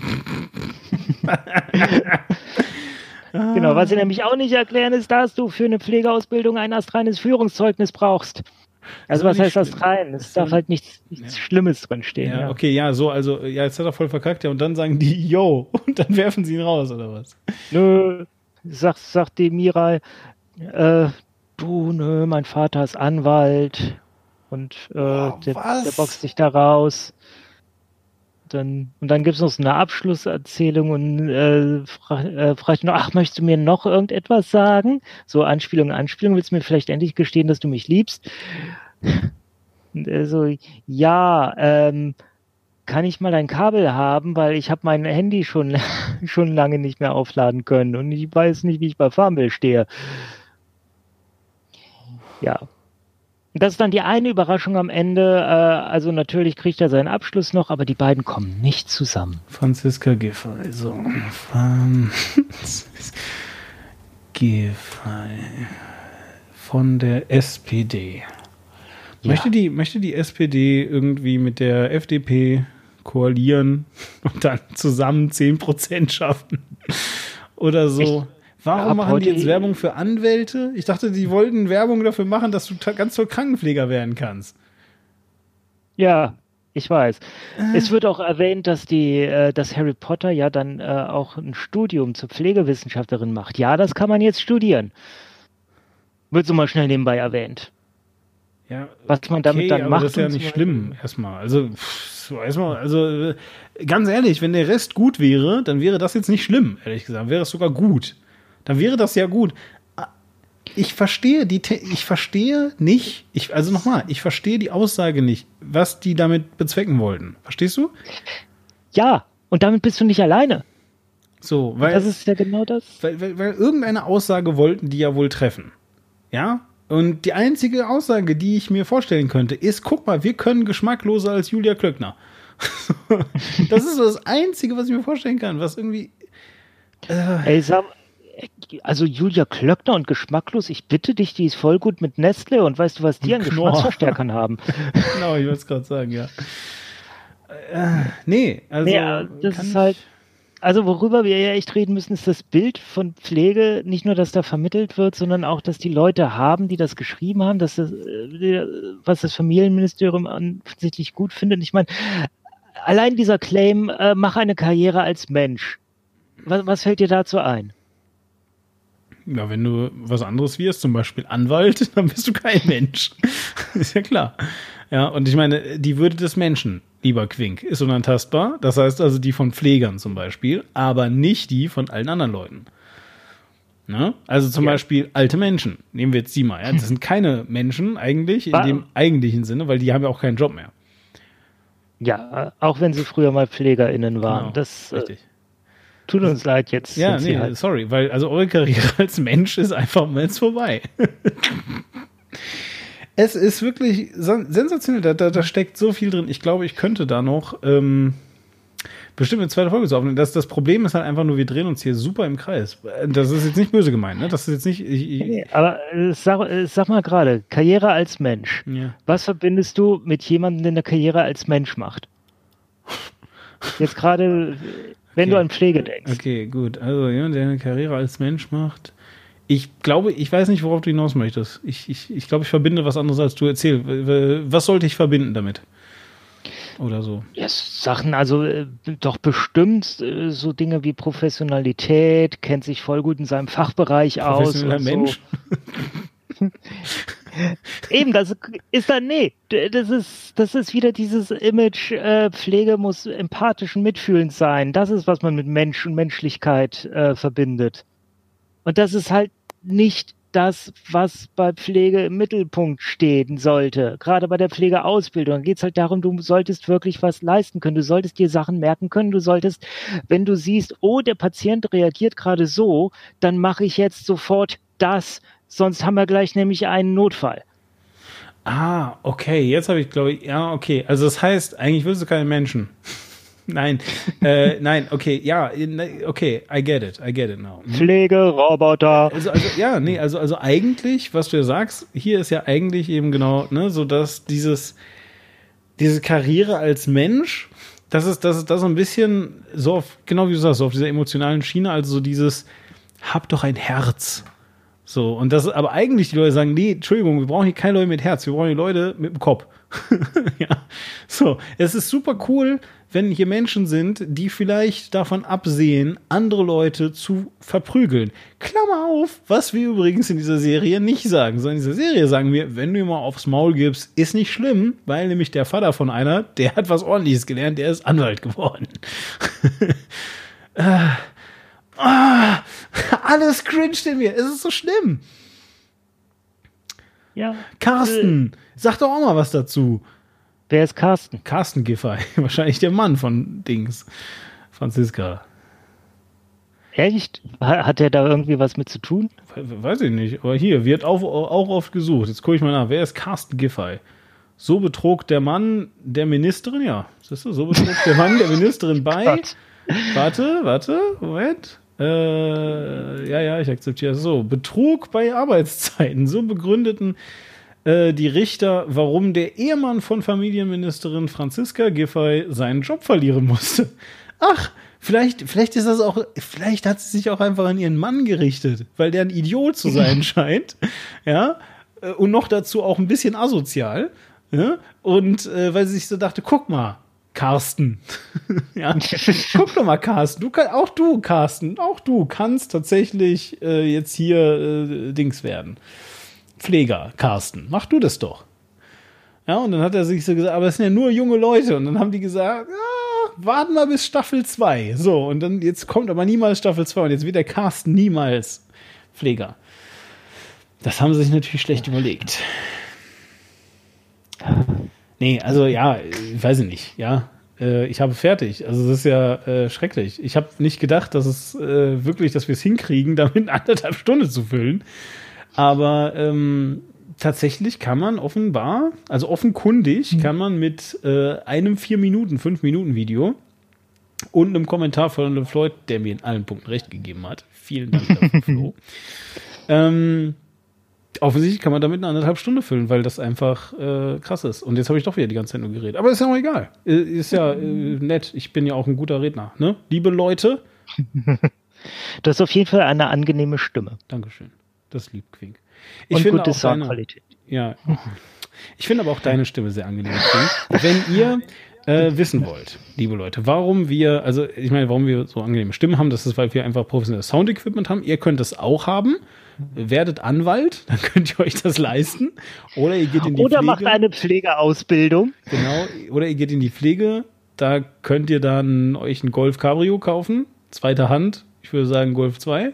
Genau, was sie nämlich auch nicht erklären, ist, dass du für eine Pflegeausbildung ein astreines Führungszeugnis brauchst. Also doch was nicht heißt schlimm. astrein? Das Es ist doch darf halt nichts, nichts Schlimmes drinstehen. Ja, Ja. okay, ja, so, also, ja, jetzt hat er voll verkackt, ja, und dann sagen die, yo, und dann werfen sie ihn raus, oder was? Nö, sagt, sagt die Mirai, äh, du, nö, mein Vater ist Anwalt und äh, Oh, der, was? der boxt sich da raus. Dann, und dann gibt es noch so eine Abschlusserzählung und äh, fra äh, fragt ich noch, ach, möchtest du mir noch irgendetwas sagen? So Anspielung, Anspielung, willst du mir vielleicht endlich gestehen, dass du mich liebst? Und er so, ja, ähm, kann ich mal ein Kabel haben, weil ich habe mein Handy schon, schon lange nicht mehr aufladen können und ich weiß nicht, wie ich bei Farmville stehe. Ja. Und das ist dann die eine Überraschung am Ende. Äh, also natürlich kriegt er seinen Abschluss noch, aber die beiden kommen nicht zusammen. Franziska Giffey, so. Franziska Giffey von der S P D. Ja. Möchte, die, möchte die S P D irgendwie mit der F D P koalieren und dann zusammen zehn Prozent schaffen oder so. Ich Warum machen die jetzt Werbung für Anwälte? Ich dachte, die wollten Werbung dafür machen, dass du ganz toll Krankenpfleger werden kannst. Ja, ich weiß. Äh. Es wird auch erwähnt, dass die, äh, dass Harry Potter ja dann äh, auch ein Studium zur Pflegewissenschaftlerin macht. Ja, das kann man jetzt studieren. Wird so mal schnell nebenbei erwähnt. Ja, was man damit okay, dann aber macht. Das ist ja nicht so schlimm, erstmal. Also, pff, erstmal, also, ganz ehrlich, wenn der Rest gut wäre, dann wäre das jetzt nicht schlimm, ehrlich gesagt. Wäre es sogar gut. Dann wäre das ja gut. Ich verstehe die, ich verstehe nicht, ich, also nochmal, ich verstehe die Aussage nicht, was die damit bezwecken wollten. Verstehst du? Ja, und damit bist du nicht alleine. So, weil. Und das ist ja genau das. Weil, weil, weil irgendeine Aussage wollten die ja wohl treffen. Ja? Und die einzige Aussage, die ich mir vorstellen könnte, ist, guck mal, wir können geschmackloser als Julia Klöckner. Das ist so das Einzige, was ich mir vorstellen kann, was irgendwie. Äh Ey, sag, also Julia Klöckner und geschmacklos, ich bitte dich, die ist voll gut mit Nestle und weißt du, was die an Geschmacksverstärkern haben? Genau, ich wollte es gerade sagen, ja. Äh, nee, also. Nee, das ist halt. Also worüber wir ja echt reden müssen, ist das Bild von Pflege, nicht nur, dass da vermittelt wird, sondern auch, dass die Leute haben, die das geschrieben haben, dass das, was das Familienministerium offensichtlich gut findet. Ich meine, allein dieser Claim, äh, mach eine Karriere als Mensch. Was, was fällt dir dazu ein? Ja, wenn du was anderes wirst, zum Beispiel Anwalt, dann bist du kein Mensch. Ist ja klar. Ja, und ich meine, die Würde des Menschen, lieber Quink, ist unantastbar. Das heißt also die von Pflegern zum Beispiel, aber nicht die von allen anderen Leuten. Ne? Also zum ja. Beispiel alte Menschen, nehmen wir jetzt die mal. Ja? Das sind keine Menschen eigentlich, in dem eigentlichen Sinne, weil die haben ja auch keinen Job mehr. Ja, auch wenn sie früher mal PflegerInnen waren. Genau, das richtig. Äh, tut uns leid, jetzt ja, sind nee, sie halt. Sorry, weil also eure Karriere als Mensch ist einfach mal jetzt vorbei. Es ist wirklich sensationell, da, da, da steckt so viel drin. Ich glaube, ich könnte da noch ähm, bestimmt eine zweite Folge so aufnehmen. Das, das Problem ist halt einfach nur, wir drehen uns hier super im Kreis. Das ist jetzt nicht böse gemeint, ne? Das ist jetzt nicht. Ich, ich nee, aber äh, sag, äh, sag mal gerade, Karriere als Mensch. Ja. Was verbindest du mit jemandem, der eine Karriere als Mensch macht? Jetzt gerade, wenn okay. du an Pflege denkst. Okay, gut. Also jemand, der eine Karriere als Mensch macht. Ich glaube, ich weiß nicht, worauf du hinaus möchtest. Ich, ich, ich glaube, ich verbinde was anderes, als du erzählst. Was sollte ich verbinden damit? Oder so. Ja, Sachen, also äh, doch bestimmt äh, so Dinge wie Professionalität, kennt sich voll gut in seinem Fachbereich aus. Professioneller Mensch? So. Eben, das ist dann, nee, das ist, das ist wieder dieses Image, äh, Pflege muss empathisch und mitfühlend sein. Das ist, was man mit Mensch und Menschlichkeit äh, verbindet. Und das ist halt nicht das, was bei Pflege im Mittelpunkt stehen sollte. Gerade bei der Pflegeausbildung. Da geht es halt darum, du solltest wirklich was leisten können. Du solltest dir Sachen merken können. Du solltest, wenn du siehst, oh, der Patient reagiert gerade so, dann mache ich jetzt sofort das. Sonst haben wir gleich nämlich einen Notfall. Ah, okay. Jetzt habe ich, glaube ich, ja, okay. Also das heißt, eigentlich willst du keine Menschen. Nein, äh, nein, okay, ja, okay, I get it, I get it now. Pflegeroboter. Also, also, ja, nee, also, also eigentlich, was du ja sagst, hier ist ja eigentlich eben genau, ne, so dass dieses, diese Karriere als Mensch, das ist, das ist, das ist so ein bisschen so auf, genau wie du sagst, so auf dieser emotionalen Schiene, also so dieses, hab doch ein Herz. So, und das, aber eigentlich die Leute sagen, nee, Entschuldigung, wir brauchen hier keine Leute mit Herz, wir brauchen hier Leute mit dem Kopf. Ja, so, es ist super cool, wenn hier Menschen sind, die vielleicht davon absehen, andere Leute zu verprügeln. Klammer auf, was wir übrigens in dieser Serie nicht sagen, sondern in dieser Serie sagen wir, wenn du ihm mal aufs Maul gibst, ist nicht schlimm, weil nämlich der Vater von einer, der hat was Ordentliches gelernt, der ist Anwalt geworden. äh, ah, alles cringed in mir, es ist so schlimm. Ja. Carsten, äh, sag doch auch mal was dazu. Wer ist Carsten? Carsten Giffey, wahrscheinlich der Mann von Dings, Franziska. Echt? Hat er da irgendwie was mit zu tun? Weiß ich nicht, aber hier, wird auch, auch oft gesucht. Jetzt gucke ich mal nach, wer ist Carsten Giffey? So betrog der Mann der Ministerin, ja. Siehst du, so betrog der Mann der Ministerin bei. Warte, warte, Moment. Äh, ja, ja, ich akzeptiere es so. Betrug bei Arbeitszeiten, so begründeten äh, die Richter, warum der Ehemann von Familienministerin Franziska Giffey seinen Job verlieren musste. Ach, vielleicht, vielleicht ist das auch, vielleicht hat sie sich auch einfach an ihren Mann gerichtet, weil der ein Idiot zu sein scheint. Ja, und noch dazu auch ein bisschen asozial. Ja? Und äh, weil sie sich so dachte, guck mal, Carsten. ja, guck doch mal, Carsten. Du kann, auch du, Carsten, auch du kannst tatsächlich äh, jetzt hier äh, Dings werden. Pfleger, Carsten. Mach du das doch. Ja, und dann hat er sich so gesagt, aber es sind ja nur junge Leute. Und dann haben die gesagt, ja, warten wir bis Staffel zwei. So, und dann jetzt kommt aber niemals Staffel zwei. Und jetzt wird der Carsten niemals Pfleger. Das haben sie sich natürlich schlecht überlegt. Nee, also ja, ich weiß nicht, ja. Äh, ich habe fertig. Also das ist ja äh, schrecklich. Ich habe nicht gedacht, dass es äh, wirklich, dass wir es hinkriegen, damit anderthalb Stunden zu füllen. Aber ähm, tatsächlich kann man offenbar, also offenkundig, mhm. kann man mit äh, einem vier Minuten, fünf Minuten Video und einem Kommentar von LeFloid, der mir in allen Punkten recht gegeben hat. Vielen Dank dafür, Flo. ähm, Offensichtlich kann man damit eine anderthalb Stunde füllen, weil das einfach äh, krass ist. Und jetzt habe ich doch wieder die ganze Zeit nur geredet. Aber ist ja auch egal. Ist ja äh, nett. Ich bin ja auch ein guter Redner. Ne? Liebe Leute. Du hast auf jeden Fall eine angenehme Stimme. Dankeschön. Das ist lieb, Quink. Ich Und finde gute auch deine, Soundqualität. Ja. Ich finde aber auch deine Stimme sehr angenehm, Quink. Wenn ihr äh, wissen wollt, liebe Leute, warum wir, also ich meine, warum wir so angenehme Stimmen haben, das ist, weil wir einfach professionelles Soundequipment haben. Ihr könnt es auch haben. Werdet Anwalt, dann könnt ihr euch das leisten. Oder ihr geht in die Oder Pflege. macht eine Pflegeausbildung. Genau. Oder ihr geht in die Pflege. Da könnt ihr dann euch ein Golf Cabrio kaufen. Zweite Hand. Ich würde sagen Golf zwei.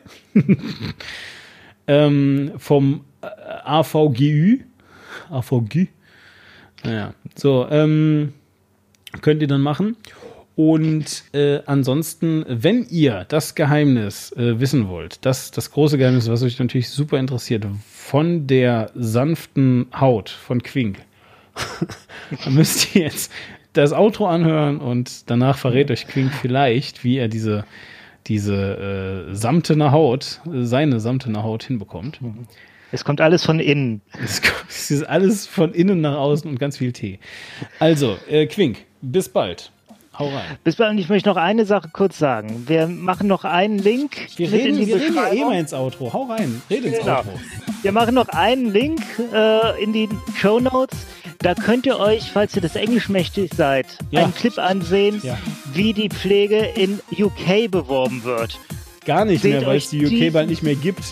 ähm, vom A V G Ü. A V G. Naja. So, ähm, könnt ihr dann machen. Und äh, ansonsten, wenn ihr das Geheimnis äh, wissen wollt, das das große Geheimnis, was euch natürlich super interessiert, von der sanften Haut von Quink, dann müsst ihr jetzt das Outro anhören und danach verrät euch Quink vielleicht, wie er diese, diese äh, samtene Haut, seine samtene Haut hinbekommt. Es kommt alles von innen. Es, kommt, es ist alles von innen nach außen und ganz viel Tee. Also, äh, Quink, bis bald. Hau rein. Bis bald. Ich möchte noch eine Sache kurz sagen. Wir machen noch einen Link. Wir mit reden, in die wir reden ja eh Beschreibung. mal ins Outro. Hau rein. Rede ins Genau. Outro. Wir machen noch einen Link äh, in die Shownotes. Da könnt ihr euch, falls ihr das Englisch mächtig seid, Ja. einen Clip ansehen, Ja. wie die Pflege in U K beworben wird. Gar nicht Seht mehr, weil euch es die U K diesen- bald nicht mehr gibt.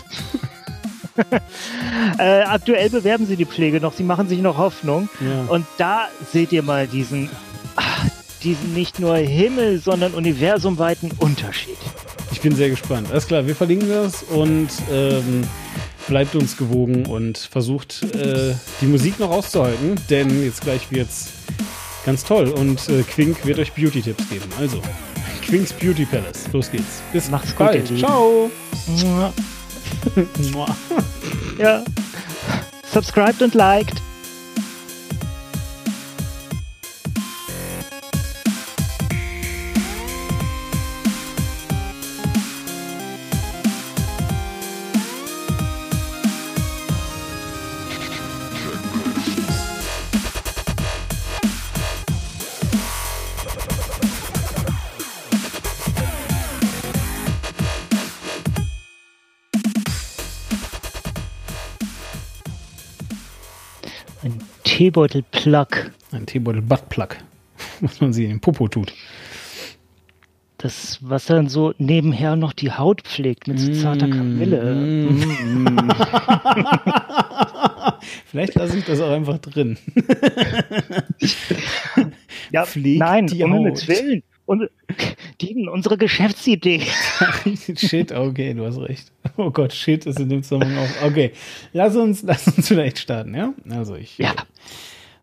Äh, aktuell bewerben sie die Pflege noch. Sie machen sich noch Hoffnung. Ja. Und da seht ihr mal diesen, ah, diesen nicht nur Himmel, sondern universumweiten Unterschied. Ich bin sehr gespannt. Alles klar, wir verlinken das und ähm, bleibt uns gewogen und versucht äh, die Musik noch auszuhalten, denn jetzt gleich wird's ganz toll und äh, Quink wird euch Beauty-Tipps geben. Also, Quinks Beauty Palace. Los geht's. Bis Macht's gut, bald. ihr Lieben. Ciao. Mua. Mua. Ja. Subscribed und liked. Ein Teebeutel-Plug. Ein Teebeutel Buttplug, was man sie in den Popo tut. Das, was dann so nebenher noch die Haut pflegt mit so zarter Kamille. Mm. Vielleicht lasse ich das auch einfach drin. Ja, Pflegt nein, die um Haut. Himmels Willen. Und die, unsere Geschäftsidee. Shit, okay, du hast recht. Oh Gott, Shit ist in dem Zusammenhang auch. Okay, lass uns, lass uns vielleicht starten, ja? Also ich. Ja. Okay.